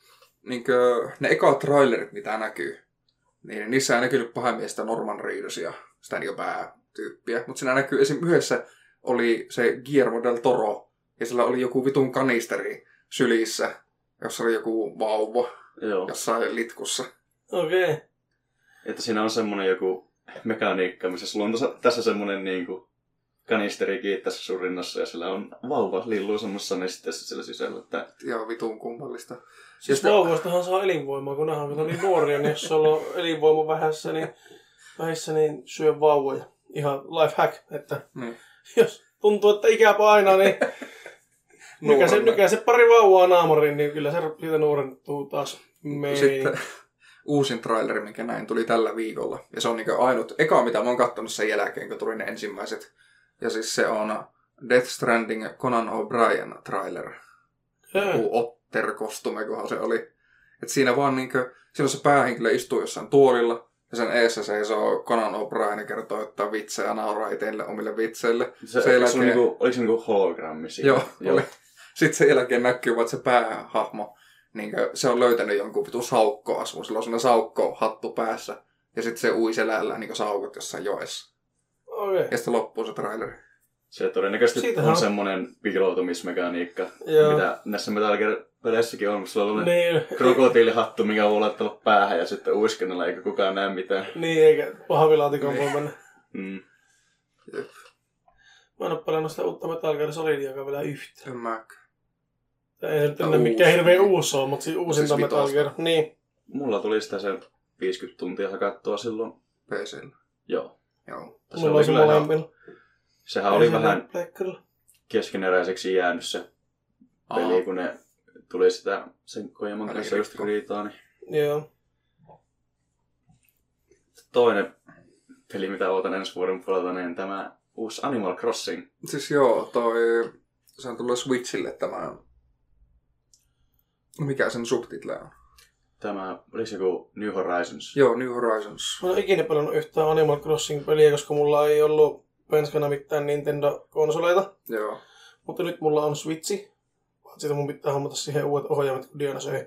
ne ekat trailerit, mitä näkyy, niin niissä ei näkynyt pahemmin sitä Norman Reedusia, sitä niinku päätyyppiä. Mutta siinä näkyy esim. Yhdessä oli se Guillermo del Toro, ja sillä oli joku vitun kanisteri sylissä, jossa oli joku vauva jossain litkussa. Okei. Että siinä on semmonen joku mekaniikka, missä sulla on tässä semmonen niinku kanisteri tässä sun rinnassa, ja sillä on vauva lilluu semmoisessa nesteessä sillä sisällä. Että... Joo, vitun kummallista. Siis vauvoistahan saa elinvoimaa, kun nehän on vielä niin nuoria, niin jos sulla on elinvoima vähässä, niin syö vauvoja. Ihan life hack, että jos tuntuu, että ikä painaa, niin nykäse pari vauvaa naamariin, niin kyllä se siitä nuorentuu taas meihin. Sitten uusin traileri, mikä näin, tuli tällä viikolla. Ja se on niin ainut eka, mitä mä oon kattonut sen jälkeen, kun tuli ne ensimmäiset. Ja siis se on Death Stranding Conan O'Brien trailer. Otter-kostume, kunhan se oli. Et siinä vaan silloin se päähenkilö istuu jossain tuolilla. Ja sen eessä seisoo Conan O'Brien ja kertoo, että vitsejä nauraa itseille omille vitseille. Oliko se niinku hologrammi siinä? Joo, oli. Sitten sen jälkeen näkyy, että se päähahmo, se on löytänyt jonkun vitun saukkoasmun. Sillä on sellainen saukko-hattu päässä. Ja sitten se ui selällään saukot jossain joessa. Okay. Ja sitten loppuu se traileri. Se todennäköisesti on semmoinen piiloutumismekaniikka, mitä näissä Metal Gear-peleissäkin on. Sulla on krokotiilihattu, mikä on laittanut päähän ja sitten uiskennella, eikä kukaan näe mitään. Niin, eikä pahvilaatikon voi mennä. Jep. Mä en ole pelannut sitä uutta Metal Gear Solidiakaan vielä yhtään. En mäkään. Ei nyt enää mikään hirveä uusi ole, mutta siis uusinta Metal Gear. Niin. Mulla tuli sitä se 50 tuntia hakattua silloin. PC:llä. Joo. Mulla oli se molemmilla. Sehän oli vähän keskeneräiseksi jäänyt se peli, kun ne tuli sitä sen Kojaman kanssa just riitaa. Niin. Joo. Toinen peli, mitä ootan ensi vuoden puolelta, niin tämä uusi Animal Crossing. Siis joo, se on tullut Switchille tämä... Mikä sen subtitle on? Tämä, oliko joku New Horizons? Joo, New Horizons. Mä en ikinä pelannut yhtään Animal Crossing-peliä, koska mulla ei ollut penskana mitään Nintendo-konsoleita. Joo. Mutta nyt mulla on Switchi. Siitä mun pitää hommata siihen uudet ohjaimet, kun Diana söi.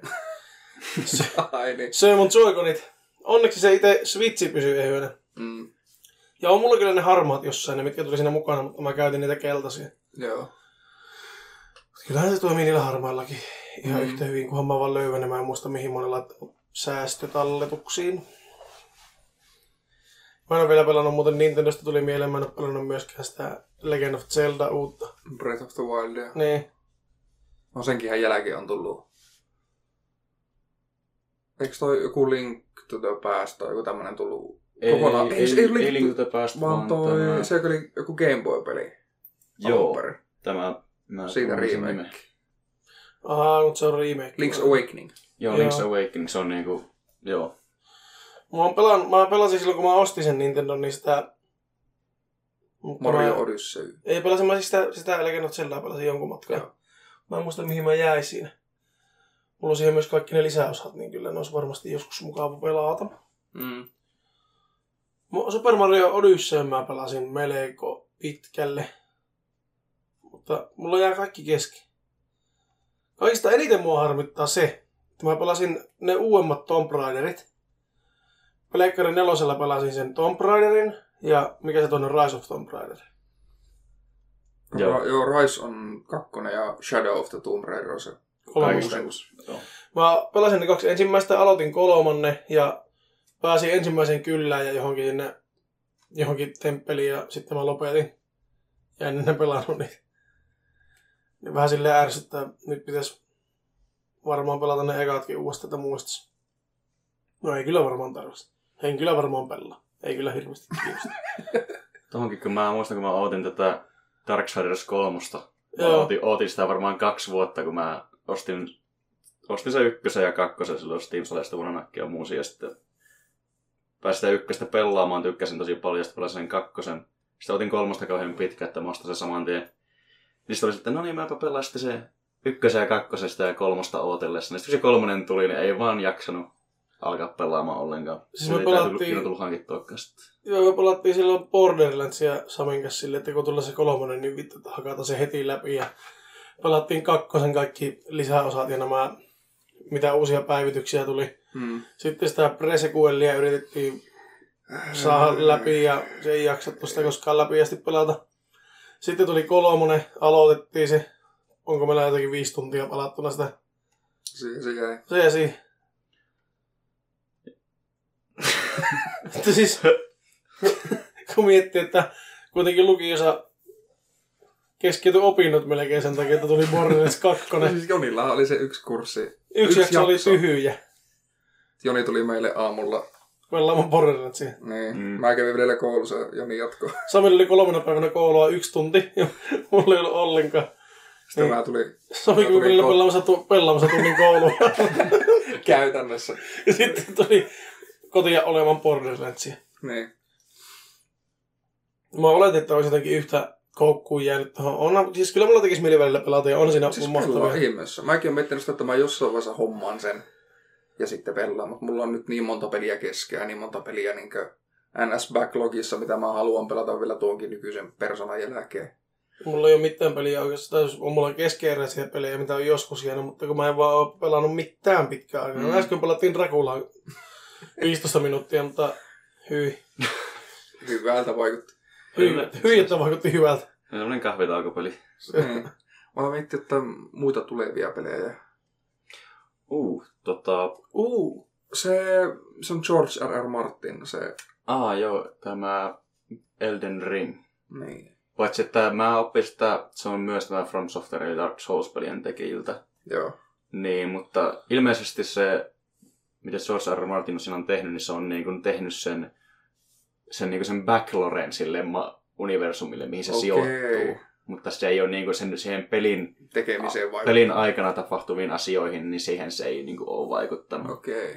Söi mun Joy-Conit. Onneksi se itse Switchi pysyy ehyenä. Ja on mulla kyllä ne harmaat jossain, ne mitkä tuli siinä mukana, mutta mä käytin niitä keltaisia. Joo. Kyllähän se toimii niillä harmaillakin ihan yhtä hyvin, kunhan mä vaan löydän. Mä en muista mihin mä olen laittanut säästötalletuksiin. Mä en ole vielä pelannut, muuten Nintendosta tuli mieleen, mä en ole pelannut myöskään sitä Legend of Zelda uutta. Breath of the Wildia. Niin. No senkinhän jälkeen on tullut. Eikö toi joku Link to the Past tai joku tämmönen tullut kokonaan? Ei Link to the Past, vaan toi, se oli joku Game Boy-peli. Joo, tämä... Siitä remake. Aha, mutta se on remake. Link's Awakening. Joo, Link's Awakening, se on niinku... Joo. Mä pelasin silloin, kun mä ostin sen Nintendo, niin sitä... Mario Odyssey. Ei, pelasin mä siis sitä Legend of Zeldaa pelasin jonkun matkaa. Joo. Mä en muista, mihin mä jäin siinä. Mulla on siihen myös kaikki ne lisäosat, niin kyllä ne olisi varmasti joskus mukava pelata. Super Mario Odyssey mä pelasin melko pitkälle. Mutta mulla jää kaikki kesken. Kaikista eniten mua harmittaa se, että mä pelasin ne uudemmat Tomb Raiderit. Pleikkari 4 pelasin sen Tomb Raiderin ja mikä se toinen Rise of Tomb Raider. Joo, Rise on 2 ja Shadow of the Tomb Raider on se 3. Mä pelasin ne 2 ensimmäistä, aloitin 3 ja pääsin ensimmäiseen kyllään ja johonkin temppeliin ja sitten mä lopetin. Ja en enää pelannut niitä. Niin vähän silleen ärsyttää. Nyt pitäisi varmaan pelata ne ekatkin uudestaan, että muistais. No ei kyllä varmaan tarvitse. En kyllä varmaan pelaa. Ei kyllä hirveästi kiinnosta. Tohonkin kun mä muistan, kun mä ootin tätä Darksiders 3. Ootin sitä varmaan 2 vuotta, kun mä ostin sen 1 ja 2 silloin Steam Salesta Unanakki ja muusi. Ja sitten pääsin sitä 1 pelaamaan, tykkäsin tosi paljon, sitten pelasin sen 2. Sitten otin 3 kauhean pitkä, että mä ostin sen saman tien. Niin sitten oli sitten, no niin, mäpä pelaan sitten se 1 ja 2 ja 3 ootellessa. Sitten kun se 3 tuli, niin ei vaan jaksanut alkaa pelaamaan ollenkaan. Siis me pelattiin... Ei tullut hankittuakaan sitten. Joo, me pelattiin silloin Borderlandsia Samin kanssa silleen, että kun tulee se 3, niin vittu hakata se heti läpi. Ja pelattiin 2 kaikki lisäosat ja nämä, mitä uusia päivityksiä tuli. Sitten sitä Pre-sequelia yritettiin saada läpi ja se ei jaksattu sitä koskaan läpi ja sitten pelata. Sitten tuli 3, aloitettiin se. Onko meillä jotakin 5 tuntia palattuna sitä? Se jäi. Se jäi siihen. Että siis, kun miettii, että kuitenkin lukiossa keskeytyi opinnot melkein sen takia, että tuli Borderlands 2. Siis Jonillahan oli se 1 kurssi. Yksi jakso oli tyhjä. Joni tuli meille aamulla pelaamaan Borderlandsia. Niin. Mä kävin vielä koulussa ja Joni jatkoi. Samilla oli 3 päivänä koulua 1 tunti ja mulla ei ollut ollenkaan. Sitten mä tulin... Sami kun välillä pelaamassa tunnin koulua. Käytännössä. Ja sitten tuli kotia olemaan Borderlandsia. Niin. Mä oletin, että olisi jotenkin yhtä koukkuun jäänyt tuohon. Siis kyllä mulla tekisi mieli välillä pelata ja on siinä siis mahtavia. Siis ihmeessä. Mäkin olen miettinyt sitä, että mä jossain vaiheessa hommaan sen ja sitten pelaan. Mutta mulla on nyt niin monta peliä keskeä, niin monta peliä niin NS-backlogissa, mitä mä haluan pelata vielä tuonkin nykyisen persoonan jälkeen. Mulla ei ole mitään peliä oikeastaan. On mulla keskeeräisiä pelejä, mitä on joskus jäänyt, mutta kun mä en vaan ole pelannut mitään pitkään aikaa. Äsken pelattiin Draculaa 15 minuuttia, mutta hyi. Hyvältä vaikutti. Hyi, että vaikutti hyvältä. Sellainen kahvitaukopeli. Mä mietin, että muita tulevia pelejä. Se on George R.R. Martin. Se... Joo, tämä Elden Ring. Niin. Paitsi, että mä oppisin, että se on myös tämä From Software ja Dark Souls-pelien tekijiltä. Joo. Niin, mutta ilmeisesti se, mitä George R. Martin on tehnyt, niin se on niin kuin tehnyt sen backloren sille universumille, mihin se sijoittuu. Mutta se ei ole niin kuin siihen pelin aikana tapahtuviin asioihin, niin siihen se ei niin kuin ole vaikuttanut. Okei.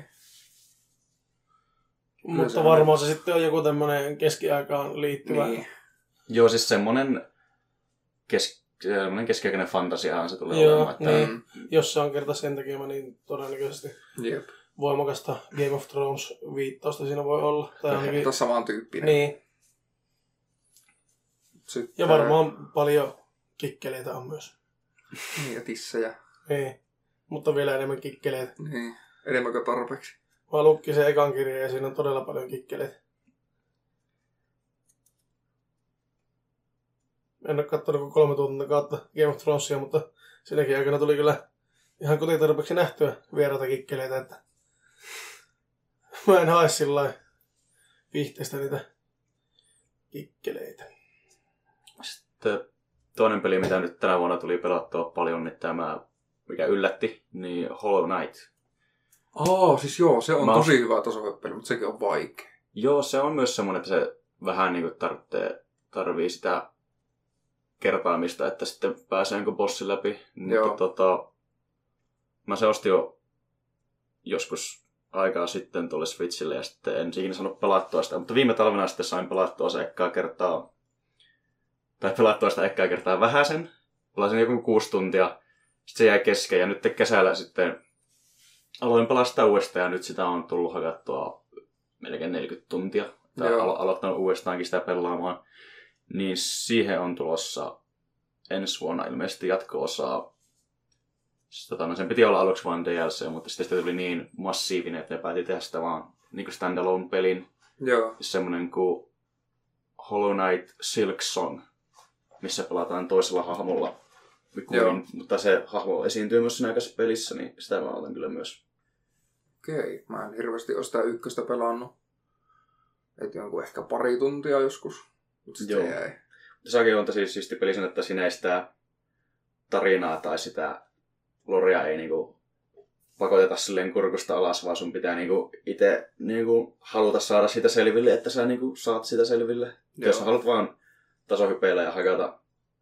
Mutta varmaan se sitten on joku tämmöinen keskiaikaan liittyvä. Niin. Joo, siis semmoinen keskiaikainen fantasiahan se tulee olemaan. Että niin. Jos se on kerta sen tekemä, niin todennäköisesti voimakasta Game of Thrones-viittausta siinä voi olla. Tai ainakin samantyyppinen. Niin. Sitten... Ja varmaan paljon kikkeleitä on myös. Niin, ja tissejä. Niin, mutta vielä enemmän kikkeleitä. Niin, enemmän kuin tarpeeksi. Mä lukkin sen ekan kirjan ja siinä on todella paljon kikkeleitä. En ole katsonut kuin 3 tuntia kautta Game of Thronesia, mutta siinäkin aikana tuli kyllä ihan kotitarpeeksi nähtyä vieraita kikkeleitä, että mä en hae sillä viihteestä niitä kikkeleitä. Sitten toinen peli, mitä nyt tänä vuonna tuli pelattua paljon, niin tämä, mikä yllätti, niin Hollow Knight. Siis joo, se on tosi hyvä tasohyppely, mutta sekin on vaikea. Joo, se on myös semmoinen, että se vähän niin kuin tarvii sitä kertaamista, että sitten pääsee jonkun bossin läpi. Mutta mä se ostin jo joskus aikaa sitten tuolle Switchille ja sitten en ikinä saanut pelattua sitä. Mutta viime talvena sitten sain pelattua se ekkaa kertaa vähäsen. Pelasin joku 6 tuntia. Sitten se jäi kesken ja nyt kesällä sitten aloin pelastaa uudestaan ja nyt sitä on tullut hakattua melkein 40 tuntia. Aloittanut uudestaankin sitä pelaamaan. Niin siihen on tulossa ensi vuonna ilmeisesti jatko-osaa. Sen piti olla aluksi vain DLC, mutta sitten tuli niin massiivinen, että ne päätti tehdä sitä vaan niin kuin standalone-pelin. Joo. Semmoinen kuin Hollow Knight Silk Song, missä pelataan toisella hahmolla. Mutta se hahmo esiintyy myös siinä aikaisessa pelissä, niin sitä mä otan kyllä myös. Okei, mä en hirveästi ole sitä ykköstä pelannut. Et jonkun ehkä 2 tuntia joskus. Mutta sitten se jäi. Sekin on tosi siisti peli sen, että siinä ei sitä tarinaa tai sitä lorea ei niinku pakoteta silleen kurkusta alas, vaan sun pitää niinku itse niinku haluta saada sitä selville, että sä niinku saat sitä selville. Joo. Jos sä haluat vaan tasohypeillä ja hakata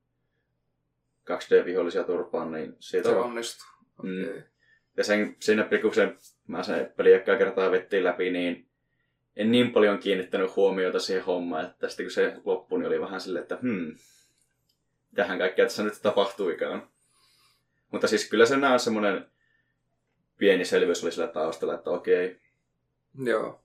2D-vihollisia turpaan, niin siitä se onnistuu. Okay. Ja siinä kun mä sen pelin ekkaa kertaa vettiin läpi, niin en niin paljon kiinnittänyt huomiota siihen hommaan, että sitten kun se loppui, niin oli vähän silleen, että mitähän kaikkea tässä nyt tapahtuikaan. Mutta siis kyllä se on semmoinen pieni selvyys oli sillä taustalla, että okei. Joo.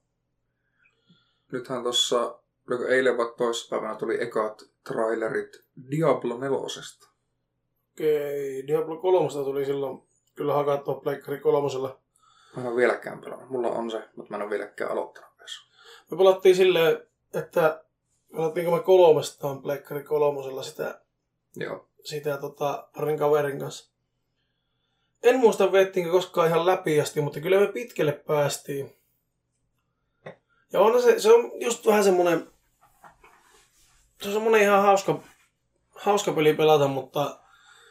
Nythän tossa, eilen vai toissapäivänä tuli ekat trailerit Diablo 4:sta. Okei, Diablo 3 tuli silloin kyllä hakattua Pleikkari 3:lla. Mä en ole vieläkään pelannut. Mulla on se, mutta mä en ole vieläkään aloittanut. Me pelattiin silleen, että pelattiinko me 3 Pleikkari 3:lla sitä parin kaverin kanssa. En muista vettiinkö koskaan ihan läpi asti, mutta kyllä me pitkälle päästiin. Ja on se on just vähän semmonen, se on semmonen ihan hauska peli pelata, mutta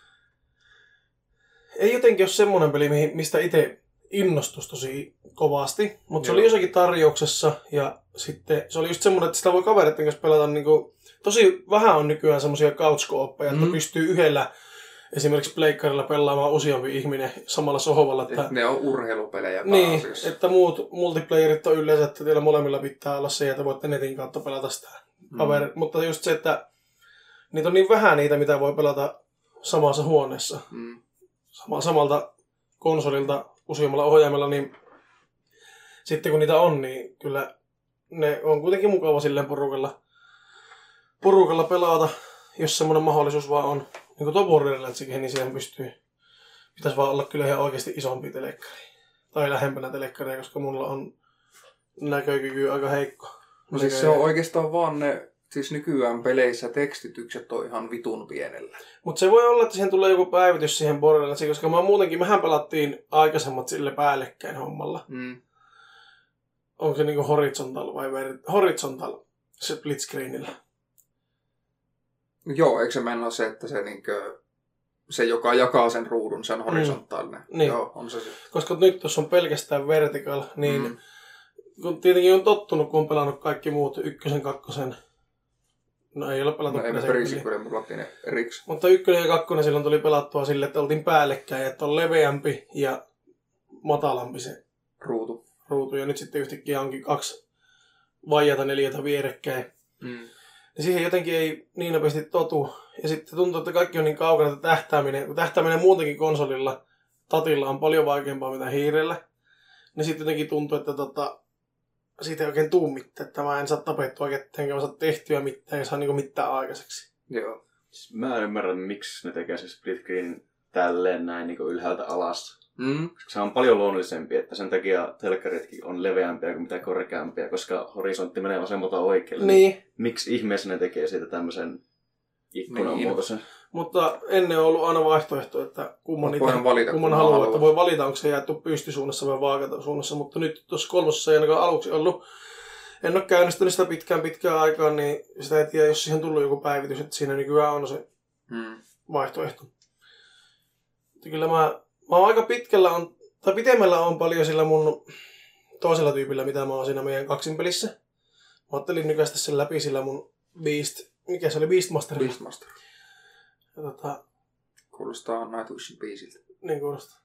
ei jotenkin ole semmonen peli, mistä itse innostus tosi kovasti, mutta se oli jossakin tarjouksessa ja sitten se oli just semmoinen, että sitä voi kavereiden kanssa pelata niinku, tosi vähän on nykyään semmoisia couch-kooppeja, että pystyy yhdellä esimerkiksi pleikkarilla pelaamaan useampi ihminen samalla sohvalla. Että ne on urheilupelejä pääasiassa. Niin, että muut multiplayerit on yleensä, että teillä molemmilla pitää olla se, että voitte netin kautta pelata sitä kaverit. Mutta just se, että niitä on niin vähän niitä, mitä voi pelata samassa huoneessa. Samalta konsolilta useammalla ohjaimella, niin sitten kun niitä on, niin kyllä ne on kuitenkin mukava silleen porukalla pelata, jos semmoinen mahdollisuus vaan on. Niin kuin tuo Borderlandskin, niin siihen pitäisi vaan olla kyllä ihan oikeasti isompi telekkari. Tai lähempänä telekkaria, koska mulla on näkökyky aika heikko. No siis se on oikeastaan vaan ne, siis nykyään peleissä tekstitykset on ihan vitun pienellä. Mutta se voi olla, että siihen tulee joku päivitys siihen Borderlandsiin, koska mehän pelattiin aikaisemmat sille päällekkäin hommalla. Onko se niinku horizontal vai horizontal split screenillä? Joo, eikö se mennä se, että se niinkö se, joka jakaa sen ruudun, se on horisontaalinen. Niin. Joo, on se. Koska nyt tuossa on pelkästään vertical, niin kun tietenkin on tottunut, kun on pelannut kaikki muut, 1, 2. No ei ole pelattu. No ei me perisikkoja, me pelattiin ne erikseen. Mutta 1 ja 2 silloin tuli pelattua silleen, että oltiin päällekkäin, että on leveämpi ja matalampi se ruutu. Ja nyt sitten yhtäkkiä onkin 2 vaijata 4 vierekkäin. Ja siihen jotenkin ei niin nopeasti totu. Ja sitten tuntuu, että kaikki on niin kaukana, että tähtääminen muutenkin konsolilla, tatilla on paljon vaikeampaa mitä hiirellä. Niin sitten jotenkin tuntuu, että siitä ei oikein tuu mitään, että mä en saa tapettua ketään, enkä mä saa tehtyä mitään, ja saa niinku mitään aikaiseksi. Joo. Mä en ymmärrä, miksi ne tekee se split screen tälleen näin niin ylhäältä alas. Koska se on paljon luonnollisempi, että sen takia telkkaritkin on leveämpiä kuin mitä korkeampia, koska horisontti menee vasemmalta oikealle. Niin. Miksi ihmeessä ne tekee siitä tämmöisen ikkunan muotoisen? Mutta ennen on ollut aina vaihtoehto, että kumman haluaa, että voi valita, onko se jaettu pystysuunnassa vai vaakasuunnassa. Mutta nyt tuossa 3. ei ainakaan aluksi ollut. En ole käynnistänyt sitä pitkään aikaan, niin sitä ei tiedä, jos siihen tullut joku päivitys, että siinä nykyään on se vaihtoehto. Mutta kyllä mä oon aika pitemmällä on paljon sillä mun toisella tyypillä, mitä mä oon siinä meidän kaksinpelissä. Mä ajattelin nykäistä sen läpi sillä mun mikä se oli? Beastmaster. Beastmaster. Ja kuulostaa Nightwishin biisiltä. Niin kuulostaa.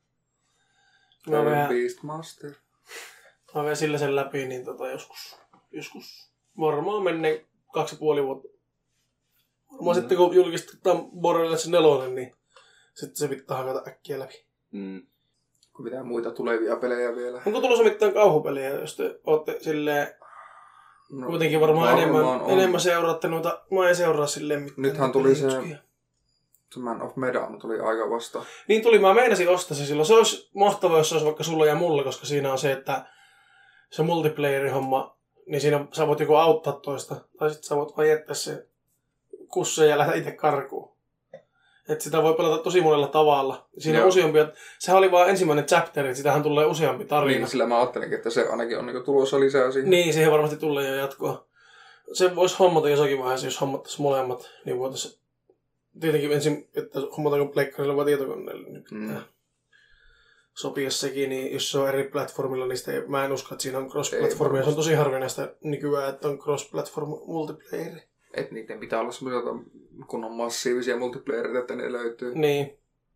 Beastmaster. Mä vein sillä sen läpi, niin joskus varmaan menneen 2,5 vuotta. Varmaan sitten kun julkistetaan Borderlands 4, niin sitten se pitää hakata äkkiä läpi. Kun pitää muita tulevia pelejä vielä. Onko tulossa mitään kauhupelejä, jos te ootte silleen kuitenkin varmaan enemmän seuraatte noita, mä en seuraa silleen mitään. Nythän tuli se Man of Medan tuli aika vasta. Niin tuli, mä meinasin ostaa se silloin. Se olisi mahtavaa, jos se olisi vaikka sulla ja mulla, koska siinä on se, että se multiplayer-homma, niin siinä sä voit joku auttaa toista. Tai sitten sä voit vaan jättää se kusseen ja lähteä itse karkuun. Että sitä voi pelata tosi monella tavalla. Siinä on useampia. Sehän oli vaan ensimmäinen chapter, että sitähän tulee useampi tarina. Niin, sillä mä ajattelinkin, että se ainakin on niin tulossa lisää siihen. Niin, siihen varmasti tulee jo jatkoa. Se voisi hommata jossakin vaiheessa, jos hommattaisiin molemmat. Niin voitaisiin tietenkin ensin, että hommataanko pleikkarilla vai tietokoneella. Niin sopia sekin, niin jos se on eri platformilla, niin mä en usko, että siinä on cross-platformia. Se on tosi harvinaista nykyään, että on cross-platform multiplayer. Että niiden pitää olla semmoisia, kun on massiivisia multiplayerit, että ne löytyy. Niin.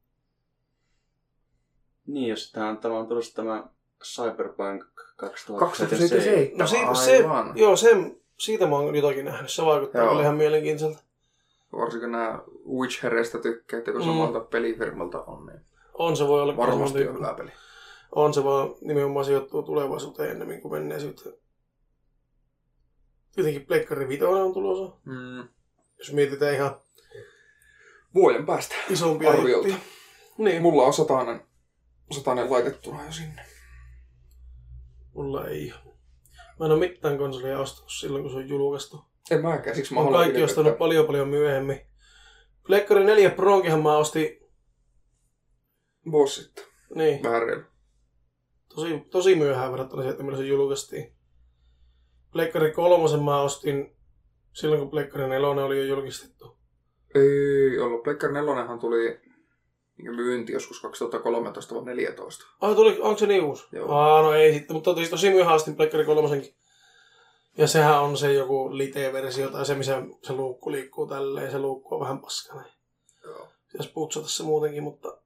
Niin, jos tämä on tulossa tämä Cyberpunk 2077. No siitä mä oon jotakin nähnyt. Se vaikuttaa kyllä ihan mielenkiintoiselta. Varsinkin nämä Witch-hereistä tykkää, että kun samalta pelifirmalta on, niin on se voi olla varmasti on hyvä peli. On se vaan nimenomaan sijoittuu tulevaisuuteen ennemmin kuin menneisyyteen. Jotenkin Pleikkari 5 on tulossa. Jos mietitään ihan vuoden päästä isompia arviolta. Niin. Mulla on 100 laitettuna jo sinne. Mulla ei. Mä en ole mitään konsolia ostanut silloin, kun se on julkaistu. En mäkään, siksi mä haluan kaikki ostanut paljon myöhemmin. Pleikkari 4 Pronkihan mä ostin vuosi sitten. Niin. Vähän reilu. Tosi myöhään verrattuna siihen, että milloin se julkaistiin. Pleikkari 3 mä ostin silloin, kun Pleikkari 4 oli jo julkistettu. Ei ollut. Pleikkari 4 tuli myynti joskus 2013 vai 2014. Onko se niin uusi? Joo. No ei sitten, mutta tosi myöhään ostin Pleikkari 3. Ja sehän on se joku lite-versio tai se, missä se luukku liikkuu tälleen. Se luukku on vähän paskana. Joo. Pitäisi putsata se muutenkin, mutta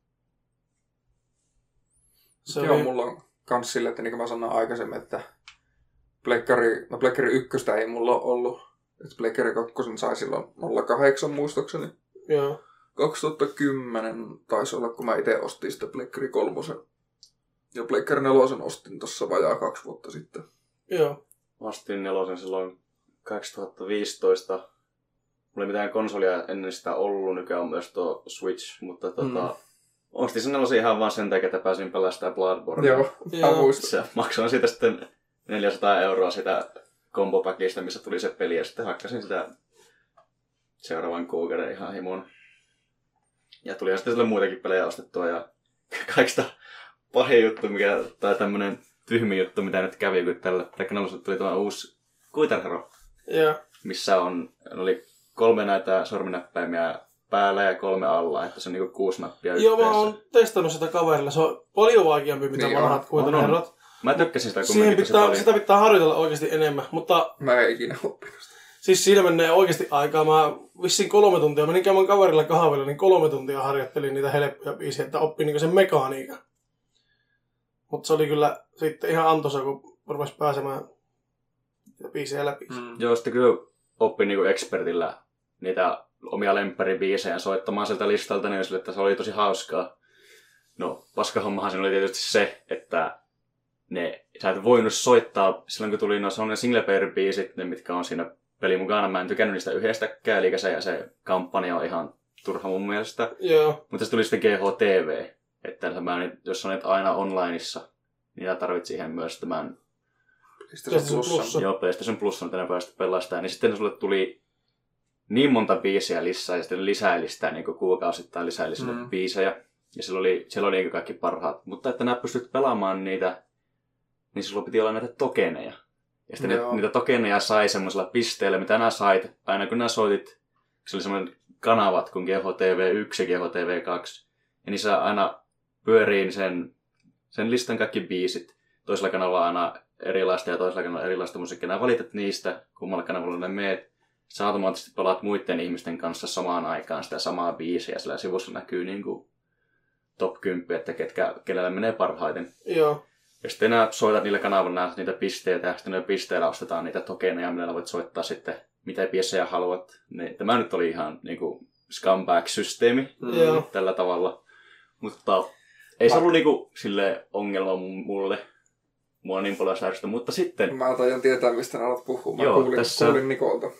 Joo, mulla on kans sille, että niin kuin mä sanoin aikaisemmin, että Pleikkari 1 ei mulla ole ollut. Että Pleikkari 2 sai silloin 08 muistaakseni. Joo. 2010 taisi olla, kun mä itse ostin sitä Pleikkari 3. Ja Pleikkari 4 ostin tossa vajaa 2 vuotta sitten. Joo. Ostin 4 silloin 2015. Mulla ei mitään konsolia ennen sitä ollut, nykyään on myös tuo Switch, mutta ostin sen 4 ihan vaan sen takia, että pääsin pelaamaan sitä Bloodbornea. Joo, mä muistan. Maksoin siitä sitten 400 € sitä kombopackista, missä tuli se peli, ja sitten hakkasin sitä seuraavan kuukauden ihan himoon. Ja tuli sitten sille muitakin pelejä ostettua, ja kaikista pahin juttu, tai tämmönen tyhmin juttu, mitä nyt kävi, kun tällä teknologisella tuli tämä uusi Guitar Hero, missä oli 3 näitä sorminäppäimiä päällä ja 3 alla, että se on niinku 6 nappia yhteensä. Joo, mä oon testannut sitä kaverilla. Se on paljon vaikeampi, mitä niin vanhat kuitenherrat. Mä tykkäsin sitä kumminkin. Sitä pitää harjoitella oikeasti enemmän, mutta... Mä en ikinä oppinut sitä. Siis siinä menee oikeasti aikaa. Mä vissiin 3 tuntia. Menin käymään kaverilla kahvilla, niin 3 tuntia harjoittelin niitä helppoja biisiä, että oppin niinku sen mekaniikan. Mutta se oli kyllä sitten ihan antoisa, kun rupesi pääsemään niitä biisejä läpi. Joo, sitten kyllä oppi niinku expertillä niitä omia lempparibiisejä soittamaan sieltä listalta, niin sille, että se oli tosi hauskaa. No, paskahommahan siinä oli tietysti se, että sä et voinut soittaa silloin, kun tuli sellainen single-player-biisit, ne mitkä on siinä pelin mukana. Mä en tykännyt niistä yhdestäkään, eli se kampanja on ihan turha mun mielestä. Joo. Mutta se tuli sitten GHTV, että jos olet aina onlineissa, niin tarvit siihen myös tämän PlayStation Plussa. Joo, PlayStation Plussa, mitä ne päästä pelastaa. Niin sitten sulle tuli niin monta biisiä lisää, ja sitten lisäili sitä niin kuukausittain lisäili biisejä. Ja siellä oli niin kaikki parhaat. Mutta että nää pystyt pelaamaan niitä, niin sulla piti olla näitä tokeneja. Ja sitten niitä tokeneja sai semmoisella pisteellä, mitä nää sait. Aina kun nää soitit, se oli semmoinen kanavat kuin GHTV1 ja GHTV2. Ja niissä aina pyörii sen listan kaikki biisit. Toisella kanavalla aina erilaista ja toisella kanavalla erilaista musiikkia. Nää valitat niistä, kummalla kanavalla ne meet. Sä automaattisesti pelaat muiden ihmisten kanssa samaan aikaan sitä samaa biisiä. Sillä sivussa näkyy niinku top 10, että kenellä menee parhaiten. Joo. Ja sitten enää soitat niillä kanavilla niitä pisteitä ja sitten niillä pisteillä ostetaan niitä tokeneja, millä voit soittaa sitten mitä biisejä haluat. Niin, tämä nyt oli ihan niinku scumbag-systeemi tällä tavalla. Mutta ei se ollut niinku silleen ongelma mulle. Mua on niin paljon säädöstä, mutta sitten... Mä taidan tietää, mistä ne alat puhua. Mä kuulin Nikolta.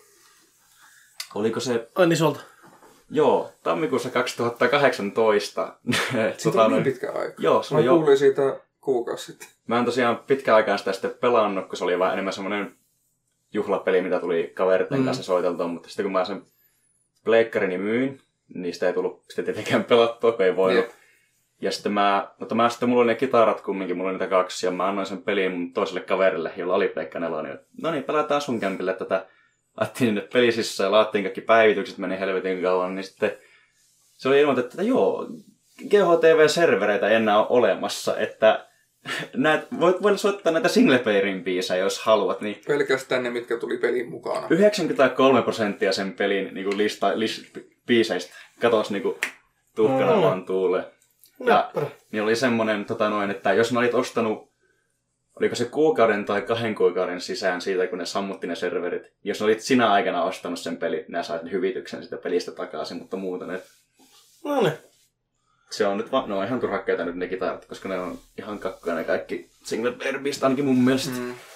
Oliko se... Nisolta. Joo, tammikuussa 2018. Siitä on niin pitkä aika. Joo, se mä kuulin siitä kuukausi sitten. Mä en tosiaan pitkään aikaan sitä sitten pelannut, kun se oli vaan enemmän semmoinen juhlapeli, mitä tuli kaveritten kanssa soiteltua. Mutta sitten kun mä sen pleikkarini myin, niin sitä ei tullut sitten tietenkään pelattua, kun ei voinut. Ja sitten mulla oli ne kitarat kumminkin, mulla oli niitä 2, ja mä annoin sen pelin mun toiselle kaverille, jolla oli Pleikka 4. No niin, pelataan sun kämpille tätä. Laittiin sinne pelisissä ja laattiin kaikki päivitykset, meni helvetin kauan, niin sitten se oli ilmoitettu, että joo, GHTV-servereitä ei enää ole olemassa, että voit soittaa näitä singleplayerin biisejä, jos haluat. Niin pelkästään ne, mitkä tuli pelin mukana. 93% sen pelin niin biiseistä katosi niin tuhkana vaan tuuleen. Ja niin oli semmonen, että jos mä olit ostanut, oliko se kuukauden tai 2 kuukauden sisään siitä, kun ne sammutti ne serverit. Jos olit sinä aikana ostanut sen pelin, nää sait hyvityksen sitä pelistä takaisin, mutta muuten et... No ne. Se on nyt no ihan turhakkeita nyt ne kitarat, koska ne on ihan kakkoja ne kaikki single player beast, ainakin mun mielestä.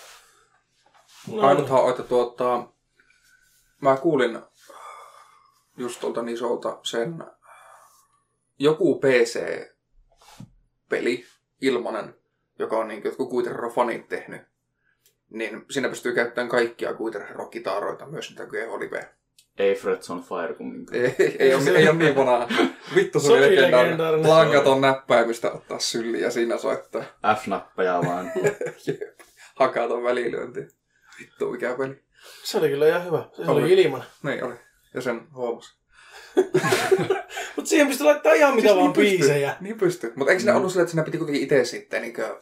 Ainuthan on, että mä kuulin just tuolta Nisolta sen joku PC-peli, ilmanen, joka on niin jotkut Guitar-Hero-fanit tehnyt, niin siinä pystyy käyttämään kaikkia Guitar-Hero-kitaroita, myös niitä GH-liveä. Ei Frets on Fire kumminkaan. Ei ole niin vanhaa. Vittu se oli legendaarinen. Langaton näppäimistä ottaa syliin ja siinä soittaa. F-nappeja vaan. Hakaton välilyönti. Vittu mikä peli. Se oli kyllä ihan hyvä. Se oli ilman. Niin oli. Ja sen huomasi. Mutta siihen pystyy laittaa ihan mitä siis vaan biisejä. Niin pystyy. Mutta eikö siinä ollut sille, että siinä piti kuitenkin itse sitten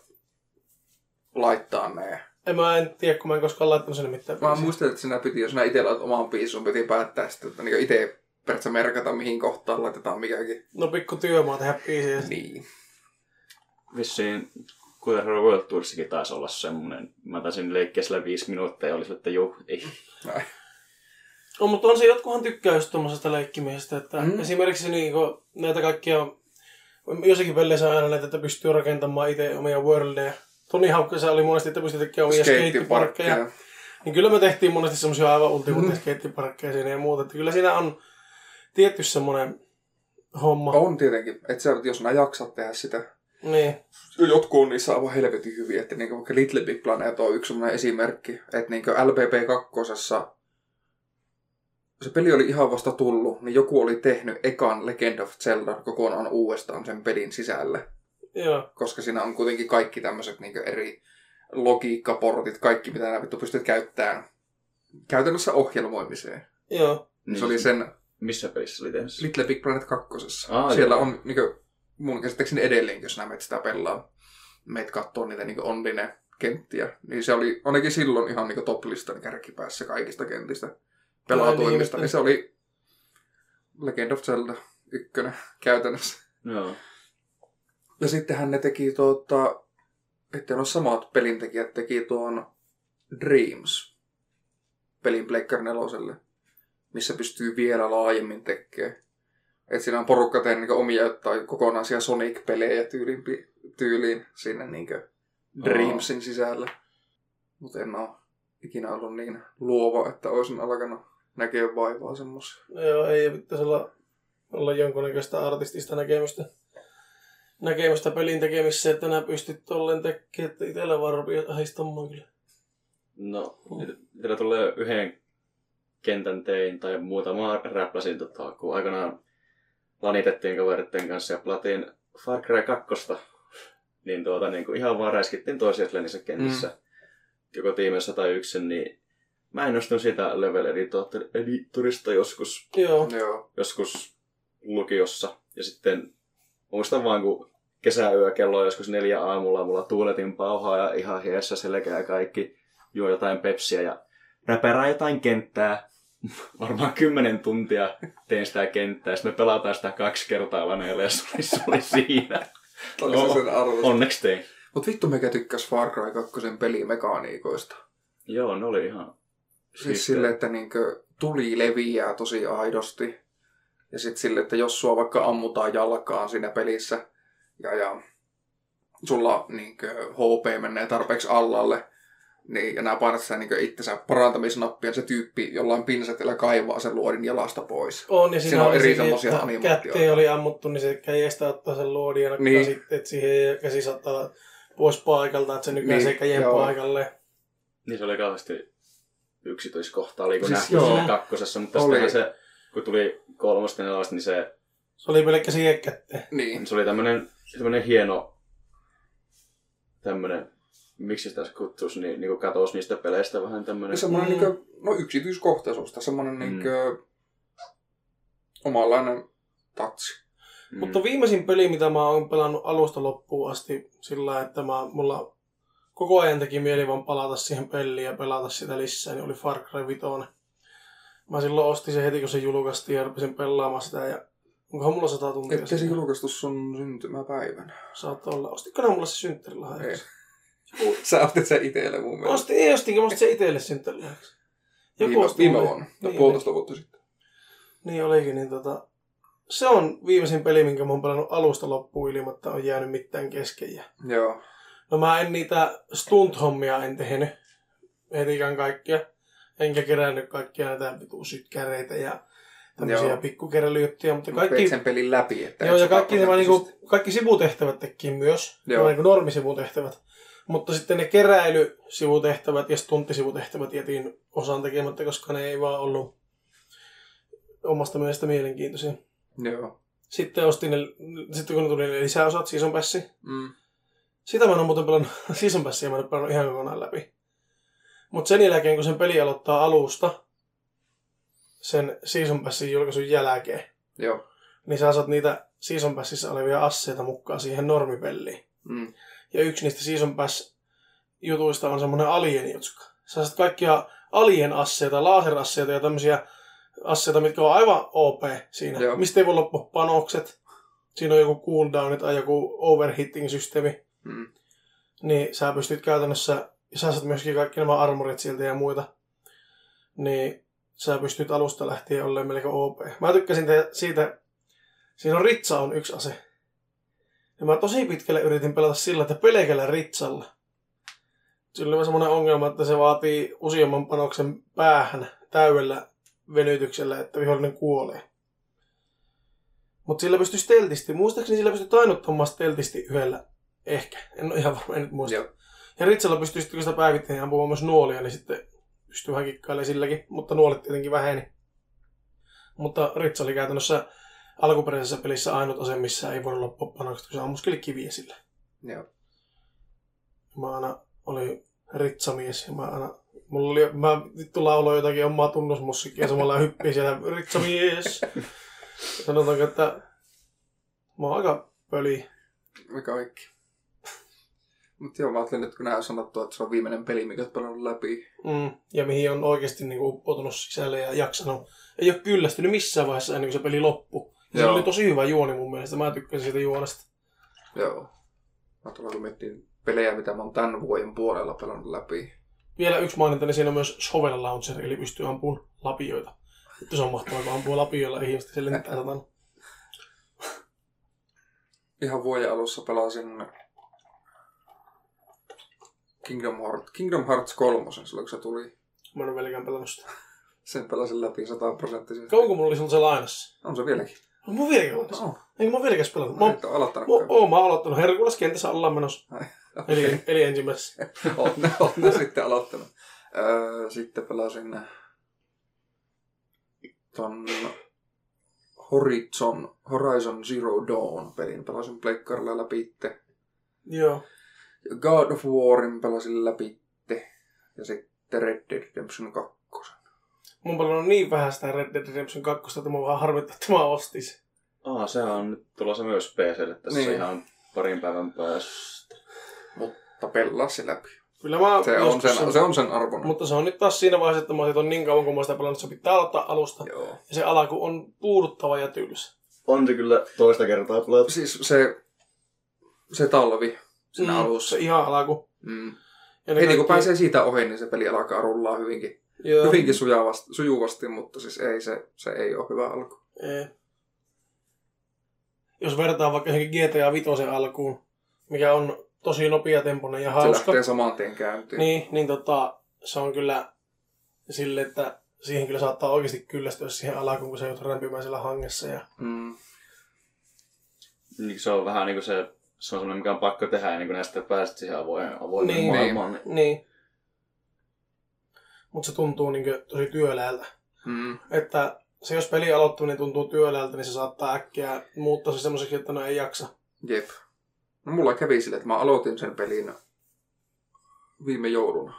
laittaa ne? En tiedä, kun mä en koskaan laittanut sinne mitään biisejä. Mä muistan, että sinä piti, jos sinä itse laitat oman biisin, sun piti päättää sitten, että niin itse periaatteessa merkata, mihin kohtaan laitetaan mikäkin. No pikku työmaa tehdä biisejä. Niin. Vissiin Guitar Hero World Toursikin taisi olla semmoinen. Mä taisin leikkiä sillä 5 minuuttia ja oli sille, että ei. Näin. No, mutta on se, jotkuhan tykkää just tommosesta leikkimisestä, että esimerkiksi niinku näitä kaikkia, jossakin peleissä on aina näitä, että pystyy rakentamaan itse omia worldeja. Toni Haukkassa oli monesti, että pystyy tekemään omia skeittiparkkeja. Niin kyllä me tehtiin monesti semmosia aivan ultimaattisia skeittiparkkeja siinä ja muuta, että kyllä siinä on tietty semmonen homma. On tietenkin, että jos nää jaksat tehdä sitä. Niin. Jotkut on niissä aivan helvetin hyviä, että niinku vaikka Little Big Planet on yksi semmoinen esimerkki, että niinku LPP2 se peli oli ihan vasta tullut, niin joku oli tehnyt ekan Legend of Zelda kokonaan uudestaan sen pelin sisälle. Joo. Koska siinä on kuitenkin kaikki tämmöiset niinku eri logiikkaportit, kaikki mitä nää vittu pystyt käyttämään käytännössä ohjelmoimiseen. Joo. Se oli sen Missä pelissä oli tehnyt? Little Big Planet 2. Siellä on niinku, mun käsittääkseni edelleen, jos nämä sitä pelaa. Meitä katsoo niitä niinku online-kenttiä. Niin se oli ainakin silloin ihan niinku top-listan kärkipäässä kaikista kentistä pelatuimmista. Niin se oli Legend of Zelda 1 käytännössä. Joo. Ja sittenhän ne teki ettei ole samat pelintekijät, teki tuon Dreams pelin Pleikkari 4, missä pystyy vielä laajemmin tekemään. Että siinä on porukka tehnyt niin omia jotain kokonaisia Sonic-pelejä tyyliin sinne niin Dreamsin sisällä. Mutta en ole ikinä ollut niin luova, että olisin alkanut näkemään vaivaa semmoisia. Joo, ei pitäisi olla jonkunnäköistä artistista näkemystä pelin tekemisessä, että nää pystyt tolleen tekemään, että itsellä vaan rupii ahdistamaan kyllä. No, itsellä tulee yhden kentän tein tai muutama räpläsin, kun aikanaan lanitettiin kaveritten kanssa ja pelatiin Far Cry 2. Niin, niin ihan vaan räiskittiin toisiaan niissä kentissä. Joko tiimessä tai yksin, niin mä innostuin siitä level editorista joskus. Joo. Joskus lukiossa. Ja sitten muistan vaan, kun kesäyö kello on joskus 4 aamulla, mulla tuuletin pauhaa ja ihan hiessä selkeä ja kaikki. Juo jotain pepsiä ja räpärää jotain kenttää. Varmaan 10 tuntia tein sitä kenttää. Sitten me pelataan sitä 2 kertaa laneilla ja se oli siinä. Onneksi tein. Mut vittu mikä tykkäs Far Cry 2 pelimekaniikoista. Joo, ne oli ihan... Siis silleen, että niinkö tuli leviää tosi aidosti. Ja sit silleen, että jos sua vaikka ammutaan jalkaan siinä pelissä ja sulla niinkö HP menee tarpeeksi allalle, niin, ja nää painat sitä niinkö itsensä parantamisnappia, ja se tyyppi jollain pinsetillä kaivaa sen luodin jalasta pois. On, ja siinä on eri semmosia animaatioita. Kätteen oli ammuttu, niin se käjestä ottaa sen luodin ja niin. sitten siihen käsi saattaa pois paikalta, että se nykyään se käjen paikalle. Niin se oli kauheasti yksityiskohtaa, oli kun siis nähty siinä 2, mutta sittenhän se, kun tuli 3 ja 4, niin se oli pelkkä siihen kätteen. Niin. Se oli tämmönen hieno tämmönen, miksi sitä kutsuisi, niin katosi niistä peleistä vähän tämmönen. Semmoinen yksityiskohtaisuus, semmoinen omanlainen touch. Mutta viimeisin peli, mitä mä oon pelannut alusta loppuun asti sillä, että mulla koko ajan teki mieli vaan palata siihen peliin ja pelata sitä lisää, niin oli Far Cry 5. Mä silloin ostin sen heti, kun se julkaistiin ja rupesin pelaamaan sitä. Ja onkohan mulla 100 tuntia? Ettei se julkaistu sun syntymäpäivänä. Saattaa olla. Ostitko mulla se synttärilahjaksi? Sä ostit sen itselle mun mielestä. Ostinko mä sen itselle synttärilahjaksi? Viime vuonna. Niin, 1,5 vuotta sitten. Niin olikin. Niin se on viimeisin peli, minkä mä oon pelannut alusta loppuun ilman, että on jäänyt mitään kesken. Joo. No mä en niitä stunt-hommia en tehnyt hetikään kaikkia. Enkä kerännyt kaikkia näitä sytkäreitä ja tämmöisiä pikkukeräilyjuttuja, mutta kaikki... sen pelin läpi, että... Joo, ja kaikki sivutehtävät teki myös. Joo. Niin normisivutehtävät. Mutta sitten ne keräilysivutehtävät ja stunttisivutehtävät jätin osan tekemättä, koska ne ei vaan ollut omasta mielestä mielenkiintoisia. Joo. Sitten kun ne tuli ne lisäosat, Season Passi. Sitä mä en ole muuten pelannut, Season Passia mä en ole pelannut ihan kokonaan läpi. Mutta sen jälkeen, kun sen peli aloittaa alusta, sen Season Passin julkaisun jälkeen, joo, niin sä saat niitä Season Passissa olevia asseita mukaan siihen normipelliin. Ja yksi niistä Season Pass-jutuista on semmoinen alien-jutska. Sä saat kaikkia alien-asseita, laserasseita ja tämmöisiä asseita, mitkä on aivan OP siinä. Joo. Mistä ei voi loppua panokset. Siinä on joku cooldownit tai joku overhitting-systeemi. Niin sä pystyt käytännössä, ja sä saat myöskin kaikki nämä armorit sieltä ja muita, niin sä pystyt alusta lähtien olemaan melko OP. Mä tykkäsin siitä, siinä on ritsa on yksi ase. Ja mä tosi pitkälle yritin pelata sillä, että pelkällä ritsalla. Sillä on semmoinen ongelma, että se vaatii useamman panoksen päähän täydellä venytyksellä, että vihollinen kuolee. Mutta sillä pystyy steltisti. Muistaakseni sillä pystyy tainnuttamaan steltisti yhdellä. Ehkä. En ole ihan varma, en nyt muista. Joo. Ja ritsalla pystyy sitten, kun sitä päivittäin ampumaan myös nuolia, niin sitten pystyy hakikkailemaan silläkin. Mutta nuolet tietenkin väheni. Mutta ritsa oli käytännössä alkuperäisessä pelissä ainut ase, missä ei voida loppua panokset, kun se ammuskeli kiviä sillä. Joo. Mä aina olin ritsamies ja mä aina Mä vittu lauloin jotakin omaa tunnusmusiikkia samalla hyppii siellä ritsamies. Sanotaanko, että mä oon aika pöli. Me kaikki. Mutta joo, mä ajattelin, että kun nää on sanottu, että se on viimeinen peli, mikä oot pelannut läpi. Ja mihin on oikeasti niinku uppoutunut sisälle ja jaksanut. Ei ole kyllästynyt missään vaiheessa ennen kuin se peli loppui. Se oli tosi hyvä juoni mun mielestä. Mä tykkäsin siitä juonesta. Joo. Mä tulen kun miettiin pelejä, mitä mä oon tämän vuoden puolella pelannut läpi. Vielä yksi maininta, niin siinä on myös Shovel Launcher, eli pystyy ampumaan lapioita. Että se on mahtavaa, kun ampuu lapioilla ihmistä, se lentää satan. Ihan vuoden alussa pelasin Kingdom Hearts 3, silloin kun se tuli. Mä en ole vieläkään pelannut sitä. Sen pelasin läpi 100%. Kauanko mulla oli sun se lainassa? On se vieläkin. No, mun vieläkin lainassa. No. Eikö mä vieläkäs pelannut? Mä oon aloittanut. Mä oon aloittanut. Herkules kentässä ollaan menossa. Eli ensimmäisessä. Oon sitten aloittanut. Sitten pelasin ton Horizon Zero Dawn pelin. Pelasin pleikkarilla läpi itse. Joo. God of Warin pelasin läpi itse. Ja sitten Red Dead Redemption 2. Mun pelannut niin vähän sitä Red Dead Redemption 2, että mä vaan harmittaa, että mä ostin se. Se on nyt tulossa myös PC:lle tässä niin. ihan parin päivän päästä. Mutta pelaa se läpi. Kyllä mä se on sen arvona. Mutta se on nyt taas siinä vaiheessa, että mä otin niin kauan, kun mä sitä pelannut, se pitää aloittaa alusta. Joo. Ja se alaku on puuduttava ja tylsä. On se kyllä toista kertaa tulee. Siis se talvi siinä alussa. Se ihan alaku. Heti kun pääsee siitä ohi, niin se peli alkaa rullaa hyvinkin sujuvasti, mutta siis se ei ole hyvä alku. Ei. Jos vertaa vaikka GTA 5 alkuun, mikä on tosi nopeatempoinen ja hauska. Se lähtee saman tien käyntiin. Niin se on kyllä silleen, että siihen kyllä saattaa oikeasti kyllästyä siihen alkuun, kun se joutuu rämpimään siellä hangessa. Niin se on vähän niin kuin se on semmoinen, mikä on pakko tehdä ennen kuin näistä pääset siihen avoimeen maailmaan. Niin. Mutta se tuntuu niin tosi työläältä. Että se jos peli aloittaminen tuntuu työläältä, niin se saattaa äkkiä muuttaa se semmoiseksi, että no ei jaksa. Jep. No mulla kävi sille, että mä aloitin sen pelin viime jouluna.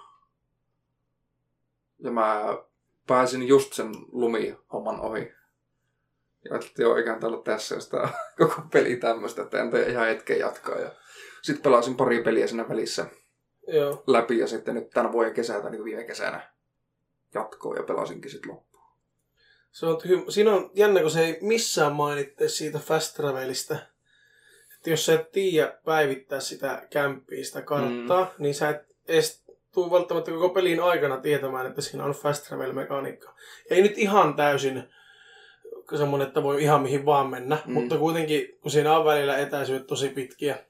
Ja mä pääsin just sen lumihomman ohi. Ja ajattelin, että eiköhän täällä tässä sitä koko peli tämmöistä, että en tee ihan hetken jatkaa. Ja sitten pelasin pari peliä siinä välissä läpi ja sitten nyt tämän vuoden kesältä, niin kuin viime kesänä, jatkoon ja pelasinkin sitten loppuun. Siinä on jännä, kun se ei missään mainitte siitä fast travelista. Että jos sä et tiedä päivittää sitä kämppiä, sitä karttaa, niin sä et edes tuu välttämättä koko pelin aikana tietämään, että siinä on fast travel-mekaniikka. Ei nyt ihan täysin semmoinen, että voi ihan mihin vaan mennä, mutta kuitenkin, kun siinä on välillä etäisyydet tosi pitkiä,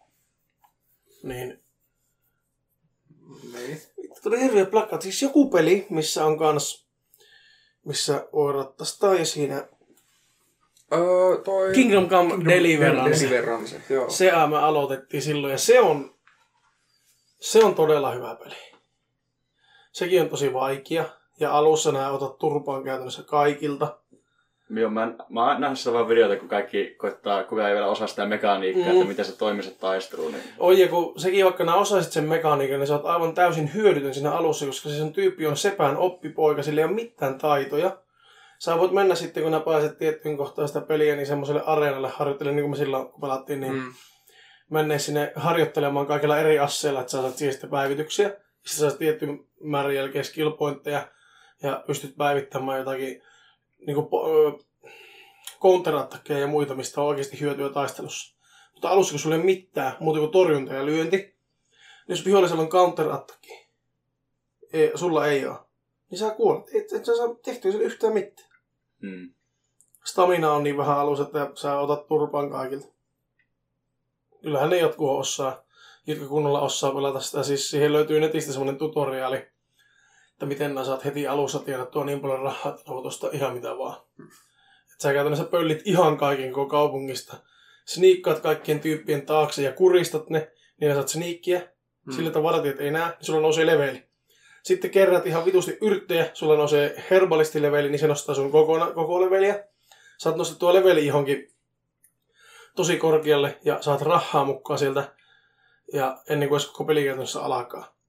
niin tuli hirveä plakkaat. Siis joku peli, missä on kans, missä voi rattastaa ja siinä Kingdom Come Deliverance. Se me aloitettiin silloin ja se on todella hyvä peli. Sekin on tosi vaikea ja alussa nää otat turpaan käytännössä kaikilta. Joo, mä oon nähnyt sitä vaan videota, kun kaikki koittaa, kukaan ei vielä osaa sitä mekaniikkaa, että miten se toimii se taistelu. Niin... Ja kun sekin vaikka nää osaisit sen mekaniikan, niin sä oot aivan täysin hyödytön siinä alussa, koska se sen tyyppi on sepän oppipoika, sillä ei ole mitään taitoja. Sä voit mennä sitten, kun nää pääset tiettyyn kohtaan sitä peliä, niin semmoiselle areenalle harjoittelemaan, niin kuin me silloin kun pelattiin, niin mennä sinne harjoittelemaan kaikilla eri asseilla, että sä saat siihen sitten päivityksiä. Sitten sä saat tietyn määrän jälkeen skill-pointteja ja pystyt päivittämään jotakin niin counter-attackeja ja muita, mistä on oikeasti hyötyä taistelussa. Mutta alussa, kun sulla ei ole mitään muuta kuin torjunta ja lyönti, niin jos vihollisella on counter-attacki, sulla ei ole, niin sä kuolet. Et sä saa tehtyä sille yhtään mitään. Stamina on niin vähän alussa, että sä otat turpaan kaikilta. Kyllähän ne jotkut osaa, jotka kunnolla osaa pelata sitä. Siis siihen löytyy netistä semmoinen tutoriaali, että miten nää saat heti alussa tiedettua niin paljon rahaa, että voit ostaa ihan mitä vaan. Et sä käytännössä pöllit ihan kaiken koko kaupungista. Sniikkaat kaikkien tyyppien taakse ja kuristat ne, niin sä saat sniikkiä. Sillä, että vartijat ei näe, niin sulla nousee leveli. Sitten kerrat ihan vitusti yrttejä, sulla nousee herbalisti-leveli, niin se nostaa sun koko leveliä. Saat nostettua leveli johonkin tosi korkealle ja saat rahaa mukaan sieltä ja ennen kuin koko peli käytännössä alkaa.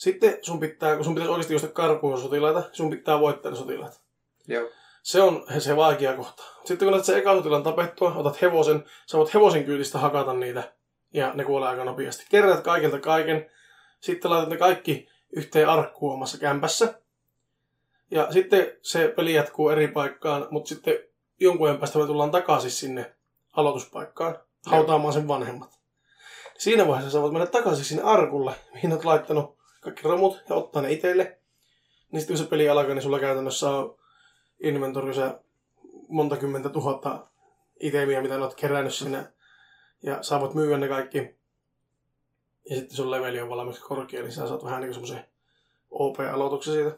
Sitten kun sun pitäisi oikeasti juosta karkuun sotilaita, sun pitää voittaa ne sotilaat. Joo. Se on se vaikea kohta. Sitten kun se eka sotilaan tapettua, otat hevosen, sä voit hevosen kyydistä hakata niitä ja ne kuolee aika nopeasti. Kerrät kaikilta kaiken, sitten laitat ne kaikki yhteen arkkuun omassa kämpässä. Ja sitten se peli jatkuu eri paikkaan, mutta sitten jonkun ajan päästä me tullaan takaisin sinne aloituspaikkaan hautaamaan sen vanhemmat. Siinä vaiheessa sä voit mennä takaisin sinne arkulle, mihin olet laittanut kaikki romut ja ottaa ne itselle. Niin sitten kun se peli alkaa, niin sulla käytännössä on inventorissa monta kymmentä tuhatta itemiä, mitä olet kerännyt sinne. Ja sä voit myyä ne kaikki. Ja sitten sun leveli on valmiiksi korkea, niin sä saat vähän niin kuin semmoisen OP-aloituksen siitä.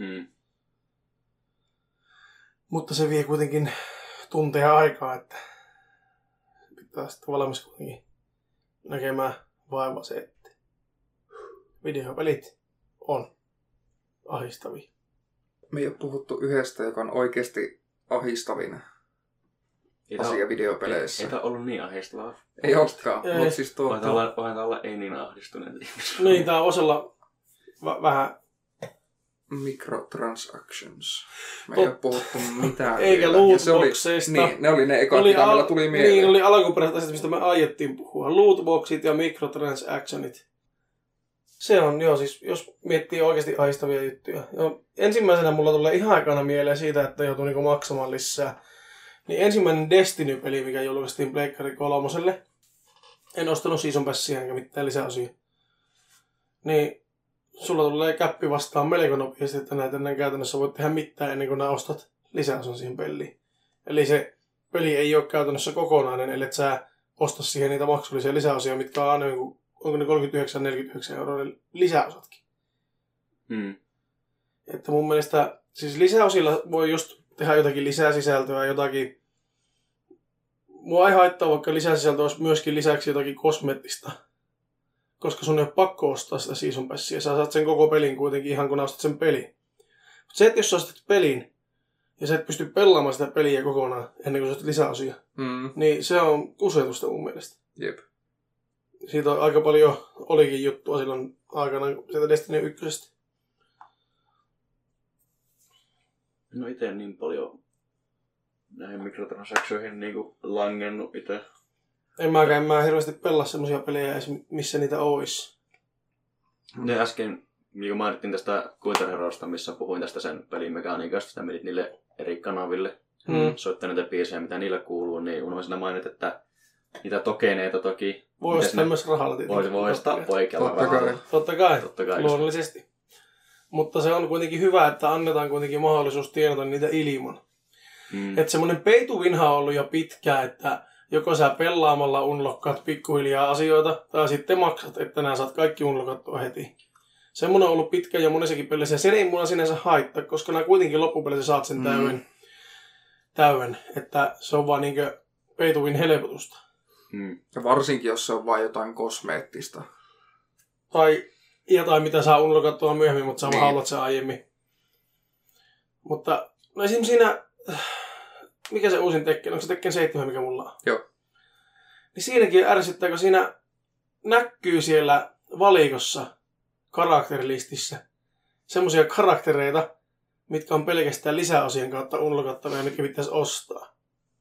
Mutta se vie kuitenkin tunteja aikaa, että pitää sitten valmis kuitenkin näkemään vaivaa se, että videopelit on ahistavia. Me ei ole puhuttu yhdestä, joka on oikeasti ahistavin asia videopeleissä. Ei tämä ollut niin ahdistavaa. Ei olekaan, mutta siis voin olla ei niin ahdistuneet ihmiset. Niin, tämä on osalla vähän microtransactions. Me ei ole puhuttu mitään. Eikä lootboxeista. Niin, ne oli ne ekat, mitä meillä tuli mieleen. Niin, oli alkuperäiset asiat, mistä me aiottiin puhua. Lootboxit ja microtransactionit. Se on, joo, siis jos miettii oikeasti ahdistavia juttuja. Joo, ensimmäisenä mulla tulee ihan aikana mieleen siitä, että joutuu niinku maksamaan lisää. Niin ensimmäinen Destiny-peli, mikä julkaistiin Pleikkari 3:lle. En ostanut Season Passia enkä mitään lisäosia. Niin sulla tulee käppi vastaan melko nopeasti, että näitä ennen käytännössä voit tehdä mitään ennen kuin nää ostat lisäosan siihen peliin. Eli se peli ei ole käytännössä kokonainen, ellei sä osta siihen niitä maksullisia lisäosia, mitkä on aina onko ne 39-49 euroa lisäosatkin. Että mun mielestä siis lisäosilla voi just tehdä jotakin lisää sisältöä, jotakin. Mua ei haittaa, vaikka lisäsisältö olisi myöskin lisäksi jotakin kosmeettista. Koska sun ei ole pakko ostaa sitä Season Passia. Sä saat sen koko pelin kuitenkin ihan kun ostat sen pelin. Mutta se, että jos sä ostat pelin ja sä et pysty pelaamaan sitä peliä kokonaan ennen kuin sä ostat lisäosia, niin se on kusetusta mun mielestä. Jep. Siitä on aika paljon olikin juttua silloin aikana sieltä Destiny 1. No ite niin paljon näihin mikrotransaksioihin niinku langennut ite. En mä hirveästi pelaa semmosia pelejä edes, missä niitä ois. Ne äsken, niin mainittiin tästä Guitar-Heroista, missä puhuin tästä sen pelin mekaniikasta, sitä menit niille eri kanaville, soittaa niitä biisejä, mitä niille kuuluu, niin unohdin mainita, että niitä tokeneita toki. Voi ostaa myös rahalla tietenkin. Voi ostaa oikealla rahalla. Totta kai. Luonnollisesti. Mutta se on kuitenkin hyvä, että annetaan kuitenkin mahdollisuus tienata niitä ilman. Että semmoinen pay to winha on ollut jo pitkään, että joko sä pelaamalla unlockkaat pikkuhiljaa asioita, tai sitten maksat, että nää saat kaikki unlockattua heti. Semmoinen on ollut pitkään jo monissakin pelissä, ja se ei mulla sinänsä haittaa, koska nää kuitenkin loppupelissä saat sen täyden, että se on vaan niinkö pay to win helpotusta. Ja varsinkin, jos se on vain jotain kosmeettista. Tai jotain, mitä saa unlockattua myöhemmin, mutta sä haluat sen aiemmin. Mutta no esimerkiksi siinä, mikä se uusin Tekken, onko se Tekken 7, mikä mulla on? Joo. Niin siinäkin ärsyttää, kun siinä näkyy siellä valikossa karakterilistissä semmoisia karaktereita, mitkä on pelkästään lisäosien kautta unlockattavia, mitkä pitäisi ostaa.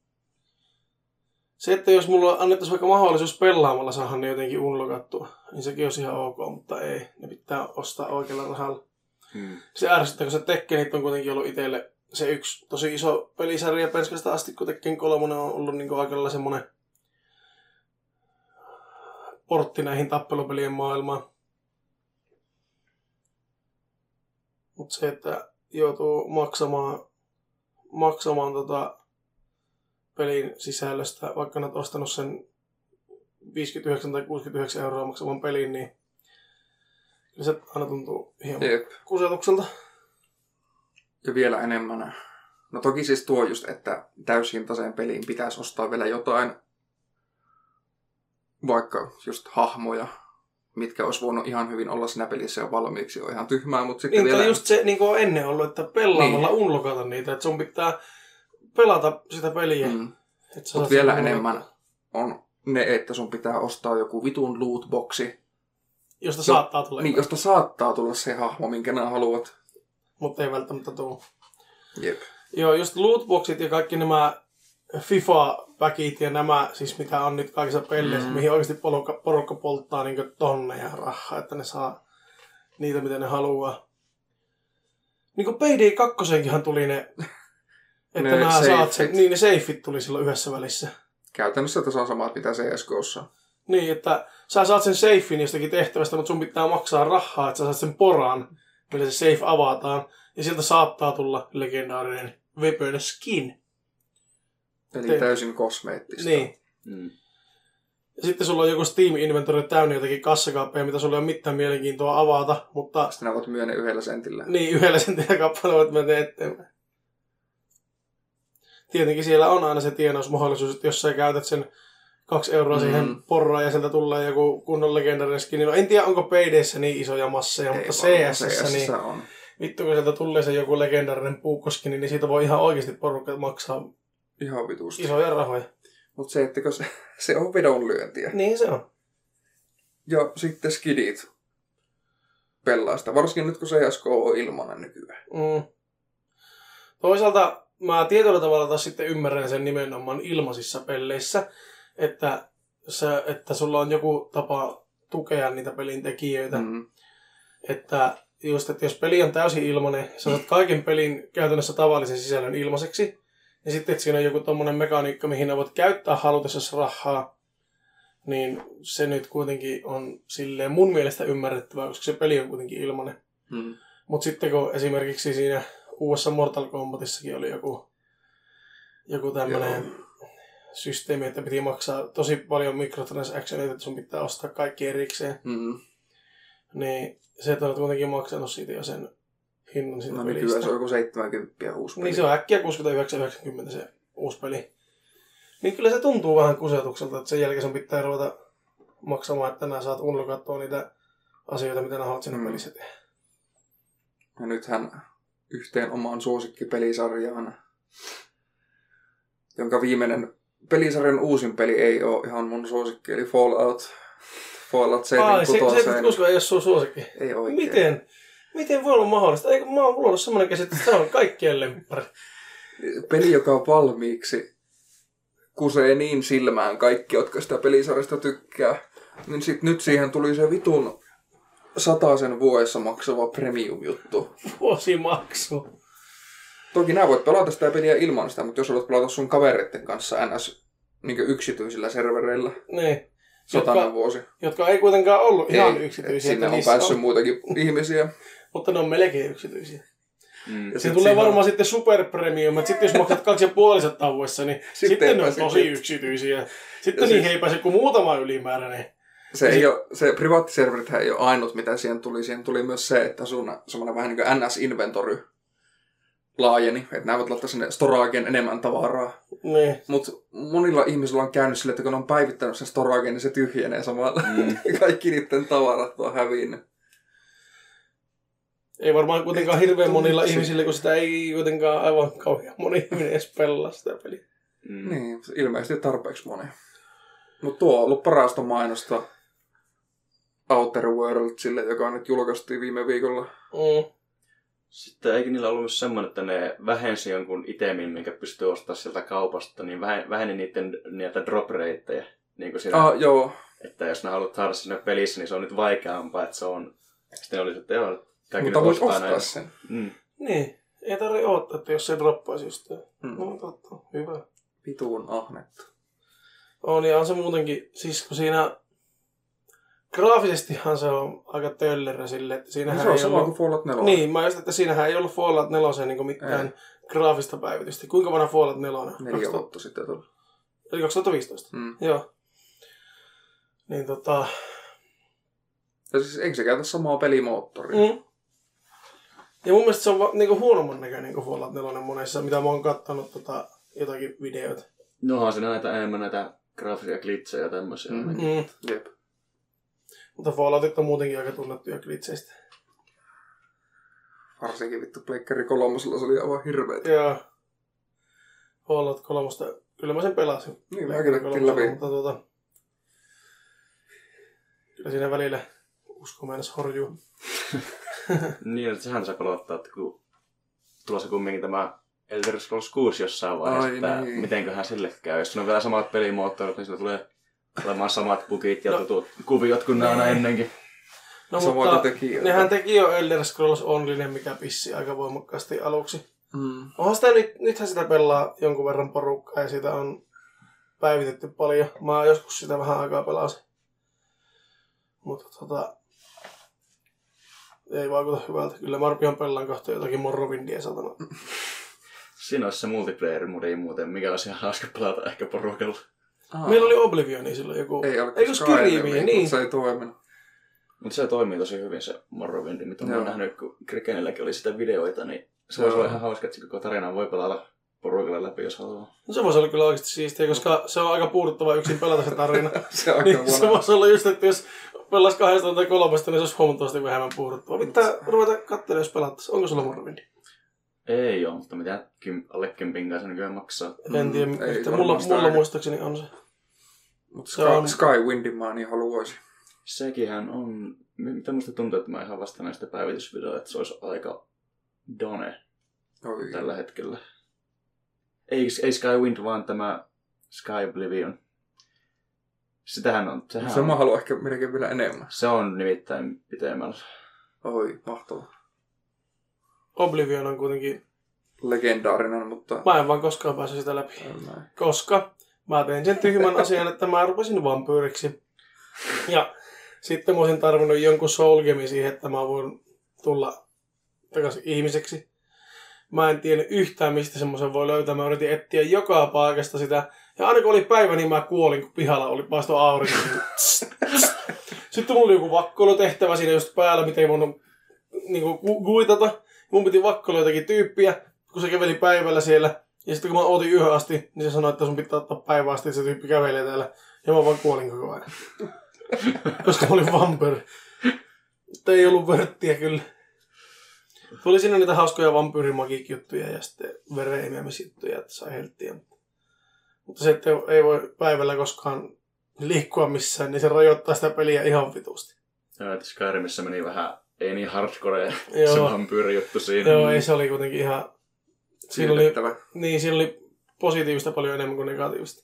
Se, että jos mulla annettaisiin vaikka mahdollisuus pelaamalla saada ne jotenkin unlockattua, niin sekin olisi ihan ok, mutta ei. Ne pitää ostaa oikealla rahalla. Se ärsyttää, kun se Tekkenit on kuitenkin ollut itselle se yksi tosi iso pelisarja penskasta asti, kun Tekken 3 on ollut niin aika lailla semmoinen portti näihin tappelupelien maailmaan. Mutta se, että joutuu maksamaan pelin sisällöstä, vaikka olet ostanut sen 59 tai 69 euroa maksavan pelin, niin se aina tuntuu hieman kusetukselta. Ja vielä enemmän. No toki siis tuo just, että täyshintaiseen peliin pitäisi ostaa vielä jotain, vaikka just hahmoja, mitkä olisi voinut ihan hyvin olla siinä pelissä jo valmiiksi, on ihan tyhmää, mutta sitten niin, vielä... just se niin kuin on ennen ollut, että pelaamalla unlockata niitä, että sun pitää pelata sitä peliä. Mutta vielä enemmän on ne, että sun pitää ostaa joku vitun lootboxi, Josta saattaa tulla. Niin, josta saattaa tulla se hahmo, minkä nämä haluat. Mutta ei välttämättä tule. Jep. Joo, just lootboxit ja kaikki nämä FIFA-päkit ja nämä, siis mitä on nyt kaikissa peleissä, mihin oikeasti porukka polttaa niin tonneja rahaa, että ne saa niitä, mitä ne haluaa. Niin kuin Payday 2:eenkinhan tuli ne, että nämä saat sen, niin ne seifit tuli silloin yhdessä välissä. Käytännössä tässä on samat, mitä CSGOssa. Niin, että sä saat sen seifin jostakin tehtävästä, mutta sun pitää maksaa rahaa, että sä saat sen poran, millä se safe avataan. Ja sieltä saattaa tulla legendaarinen weapon skin. Eli täysin kosmeettista. Niin. Ja sitten sulla on joku Steam-inventory täynnä jotakin kassakaappeja, mitä sulla ei ole mitään mielenkiintoa avata, mutta... Sitten nämä voit myydä 1 sentillä. Niin, 1 sentillä kappale voit mennä eteenpäin. Tietenkin siellä on aina se tienausmahdollisuus, että jos sä käytät sen 2 euroa siihen porraan ja sieltä tulee joku kunnon legendaarinen skin. No en tiedä, onko Paydayssä niin isoja masseja, mutta CS:ssä niin... on. Vittu, kun sieltä tulee se joku legendaarinen puukkoskini, niin siitä voi ihan oikeasti porukka maksaa ihan vitusti isoja rahoja. Mutta se, että se on vedonlyöntiä. Niin se on. Ja sitten skidit pelaa sitä, varsinkin nyt kun CSK on ilmanen nykyään. Toisaalta mä tietyllä tavalla taas sitten ymmärrän sen nimenomaan ilmaisissa peleissä, että sulla on joku tapa tukea niitä pelin tekijöitä. Että just, että jos peli on täysin ilmainen, sä saat kaiken pelin käytännössä tavallisen sisällön ilmaiseksi, ja sitten, että siinä on joku tommonen mekaniikka, mihin ne voit käyttää halutessasi rahaa, niin se nyt kuitenkin on silleen mun mielestä ymmärrettävää, koska se peli on kuitenkin ilmainen. Mutta sitten kun esimerkiksi siinä uudessa Mortal Kombatissakin oli joku tämmönen systeemi, että piti maksaa tosi paljon microtransactioneita, että sun pitää ostaa kaikki erikseen, niin se on kuitenkin maksanut siitä jo sen hinnan siitä pelistä. Nykyään se on joku 70 uusi peli. Niin se on äkkiä 69,90 se uusi peli. Niin kyllä se tuntuu vähän kusetukselta, että sen jälkeen sun pitää ruveta maksamaan, että nää saat unlokattua niitä asioita, mitä nää haluat sinne pelissä tehdä. Ja nythän yhteen omaan suosikkipelisarjaan, jonka viimeinen pelisarjan uusin peli ei ole ihan mun suosikki, eli Fallout 76. 76 ei ole sun suosikki. Ei oikein. Miten voi olla mahdollista? Eikö mä oon ollut semmoinen käsitys, että se on kaikkien lemppari. Peli, joka on valmiiksi kusee niin silmään kaikki, jotka sitä pelisarjasta tykkää. Niin sit nyt siihen tuli se vitun 100 vuodessa maksava premium-juttu. Vuosimaksu. Toki nää voit pelata sitä peliä ilman sitä, mutta jos haluat pelata sun kavereiden kanssa NS niin yksityisillä servereillä. Niin. 100 vuosi. Jotka ei kuitenkaan ollut ihan yksityisiä. Sinne on päässyt muitakin ihmisiä. Mutta ne on melkein yksityisiä. Se tulee varmaan sitten superpremium, että sitten jos maksat 2,5 vuodessa, niin sitten ne on tosi yksityisiä. Sitten niin ei pääse kuin muutama ylimääräinen. Se privaattiserverithän ei ole ainut, mitä siihen tuli. Siihen tuli myös se, että sun semmoinen vähän niin kuin NS-inventory laajeni. Että nämä voit laittaa sinne storageen enemmän tavaraa. Niin. Mutta monilla ihmisillä on käynyt sille, että kun ne on päivittänyt sen storageen, niin se tyhjenee samalla. Kaikki niiden tavarat on hävinnyt. Ei varmaan kuitenkaan hirveän monilla ihmisillä, kun sitä ei kuitenkaan aivan kauhean moni ihminen edes pelaa sitä peliä. Niin, ilmeisesti tarpeeksi moni. Mutta tuo on ollut parasta mainosta Outer Worldsille, joka nyt julkaistiin viime viikolla. Sitten eikö niillä ollut myös semmoinen, että ne vähensi jonkun itemin, minkä pystyy ostamaan sieltä kaupasta, niin väheni niitä drop rateja. Niin kuin siinä, joo. Että jos ne haluat saada sinne pelissä, niin se on nyt vaikeampaa, että se on... Sitten oli, että joo, mutta voit ostaa sen. Niin, ei tarvitse odottaa, että jos se droppaisi just. No totta, hyvä. Vituun ahnetta. On, ja on se muutenkin, siis kun siinä... Graafisestihan se on aika töllerä sille, että siinähän se on ei sama ollut... kuin Fallout 4. Niin, mä just, että siinähän ei ollut Fallout 4 niin mitään graafista päivitystä. Kuinka vanha Fallout 4 on? 4 vuotta sitten tuli. Eli 2015? Joo. Niin Ja siis eikö se käytä samaa pelimoottoria? Ja mun mielestä se on niinku huonomman näköinen kuin Fallout 4 monessa, mitä mä oon kattonut jotakin videoita. Nohan siinä enemmän näitä graafisia glitsejä ja tämmöisiä. Jep. Mutta Falloutit on muutenkin aika tunnettuja glitseistä. Varsinkin vittu Pleikkari 3, se oli aivan hirveetä. Joo. Fallout 3, kyllä mä sen pelasin. Niin, mäkin läpi. Mutta kyllä siinä välillä usko mennessä horjuu. Niin, että sehän saa pelottaa, että kun tulossa kumminkin tämä Elder Scrolls 6 jossain vaiheessa, että niin. Mitenköhän sille käy. Jos on vielä samat pelimoottorit, niin sillä tulee olemaan samat bugit ja tutut kuviot kuin nämä ennenkin. No mutta nehän teki jo Elder Scrolls Online, mikä pissi aika voimakkaasti aluksi. Onhan sitä nythän sitä pelaa jonkun verran porukkaa ja siitä on päivitetty paljon. Mä joskus sitä vähän aikaa pelasin. Mutta ei vaikuta hyvältä. Kyllä mä rupean pelaan kohta jotakin Morrowindia satana. Siinä olisi se multiplayer-modi muuten, mikä olisi ihan hauska pelata ehkä porukalla. Meillä oli Oblivionia silloin joku. Eikö Skyrimia, niin. Se ei toiminut. Mutta se toimii tosi hyvin se Morrowind, mitä mä oon nähnyt, kun Krikenilläkin oli sitä videoita, niin se voisi olla ihan hauska, että se koko tarina voi pelata porukalla läpi, jos haluaa. No se voisi olla kyllä oikeasti siistiä, koska se on aika puuduttava yksin pelata se tarina. Se on niin, se voisi olla just, että jos pelaisi 2 tai 3, niin se olisi huomattavasti vähemmän puuduttava. Pitää ruveta katselemaan, jos pelattaisiin. Onko sulla Morrowindi? Ei ole, mutta mitä alle 10 kanssa nykyään maksaa. En tiedä, mulla muistaakseni on se. Mutta Skywindin mä niin haluaisin. Sekinhän on, mitä musta tuntuu, että mä ihan vasta näistä päivitysvideoita, että se olisi aika done tällä hetkellä. Ei Skywind, vaan tämä Sky Oblivion. Sitähän on. Se mä haluan ehkä melkein vielä enemmän. Se on nimittäin pitemmällä. Oi, mahtavaa. Oblivion on kuitenkin legendaarinen, mutta mä en vaan koskaan pääse sitä läpi. Koska mä tein sen tyhmän asian, että mä rupesin vampyyriksi. Ja sitten mä olisin tarvinnut jonkun soul gemi siihen, että mä voin tulla takaisin ihmiseksi. Mä en tiennyt yhtään, mistä semmoisen voi löytää. Mä yritin etsiä joka paikasta sitä. Ja aina kun oli päivä, niin mä kuolin, kun pihalla oli paisto aurinko. Sitten mulla oli joku vakkoilutehtävä siinä just päällä, mitä ei voinut niin kuitata. Mun piti vakkoilla jotakin tyyppiä, kun se käveli päivällä siellä. Ja sitten kun mä ootin yhden asti, niin se sanoi, että sun pitää ottaa päivä asti, että se tyyppi kävelee täällä. Ja mä vaan kuolin koko ajan. Koska mä olin vampyyri. Mutta ei ollut vörttiä kyllä. Tuli siinä niitä hauskoja vampyyrimagik-juttuja ja sitten vereimiämisjuttuja, että sai helttiä. Mutta se, että ei voi päivällä koskaan liikkua missään, niin se rajoittaa sitä peliä ihan vitusti. Joo, että Skyrimissä meni vähän, ei niin hardcore se vampyyrijuttu siinä. Joo, ei se oli kuitenkin ihan siinä oli positiivista paljon enemmän kuin negatiivista.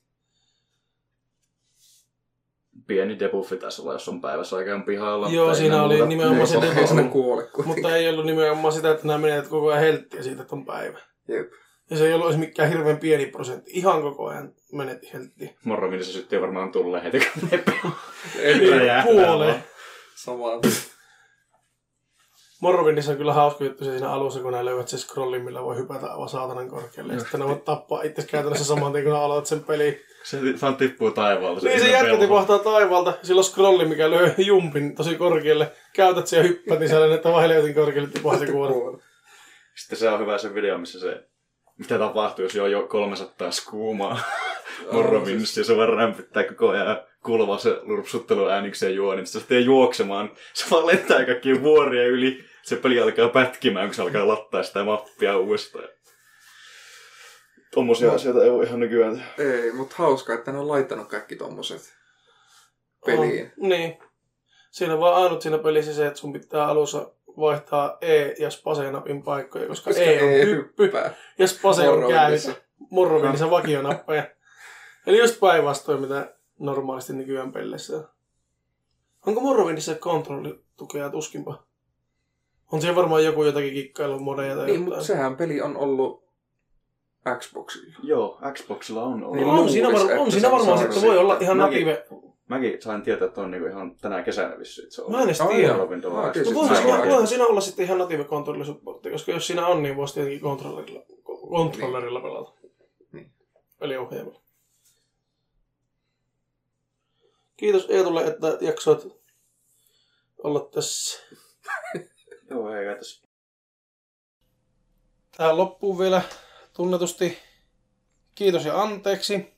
Pieni debuffi taisi olla, jos on päivässä oikein pihalla. Joo, siinä oli muuta. Nimenomaan se debuffi, mutta ei ollut nimenomaan sitä, että nämä menetät koko ajan helttiä siitä, että on päivä. Jep. Ja se ei ollut edes mikään hirveän pieni prosentti. Ihan koko ajan menetti helttiä. Morrowindissa syttiin varmaan tulleen heti, kun ne puoleen. Samaan. Morrowindissa on kyllä hauska juttu siinä alussa, kun nää löydät sen scrollin, millä voi hypätä aivan saatanan korkealle. Ja sitten ne voit tappaa itse käytännössä saman tien, kun aloitat sen peliin. Se vaan tippuu taivaalta. Niin se jätkä tipahtaa taivaalta. Sillä on scrolli, mikä lyö jumpin tosi korkealle. Käytät sen ja hyppäät, niin sellainen, että vaan helvetin korkealle tipahti kuolla. Sitten se on hyvä se video, missä se... Mitä tapahtuu, jos jo 300 skuumaa Morrowindissa ja se vaan rämpyttää koko ajan kuuluvaa se lurpsuttelu äänikseen juo, niin se sitten juoksemaan. Se vaan lentää kaikkia vuoria yli. Se peli alkaa pätkimään, kun se alkaa lattaa sitä mappia uudestaan. Tommosia asioita ei ole ihan nykyään. Ei, mutta hauskaa, että ne on laittanut kaikki tommoset peliin. Niin. Siinä on vaan ainut siinä pelissä se, että sun pitää alussa vaihtaa E- ja Spase-napin paikkoja, koska E on hyppy ja Spase on käytä. Morrowindissa vakionappeja. Eli just päinvastoin, mitä normaalisti nykyään peleissä on. Onko Morrowindissa kontrollitukea tuskinpa? On siellä varmaan jotakin kikkailun modeja tai niin, mutta sehän peli on ollut Xboxilla. Joo, Xboxilla on ollut. Niin, on siinä varmaan sitten voi olla ihan native. Mäkin sain tietää, että on niinku ihan tänä kesänä vissiin. Mä en edes tiedä. Voihan siinä olla sitten ihan native kontrollisupportti, koska jos siinä on, niin voisi tietenkin kontrollerilla pelata. Niin. Peliohjaimella. Kiitos Eetulle, että jaksoit olla tässä. Joo, ei tässä. Tähän loppuun vielä tunnetusti kiitos ja anteeksi.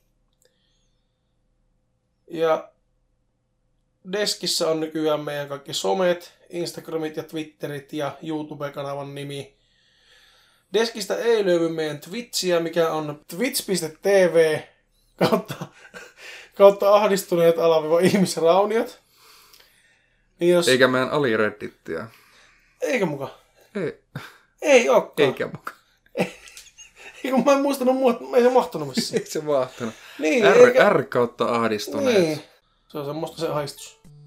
Ja Deskissä on nykyään meidän kaikki somet, Instagramit ja Twitterit ja YouTube-kanavan nimi. Deskistä ei löydy meidän Twitchiä, mikä on twitch.tv kautta ahdistuneet _ihmisrauniot. Niin jos... Eikä meidän alireddittiä. Eikä muka. Ei. Ei ookaan. Eikä muka. Ei kun mä en muistanut, ei se mahtunut missään. Ei se mahtunut. Niin, R kautta ahdistuneet. Niin. Se on semmoista se ahdistus.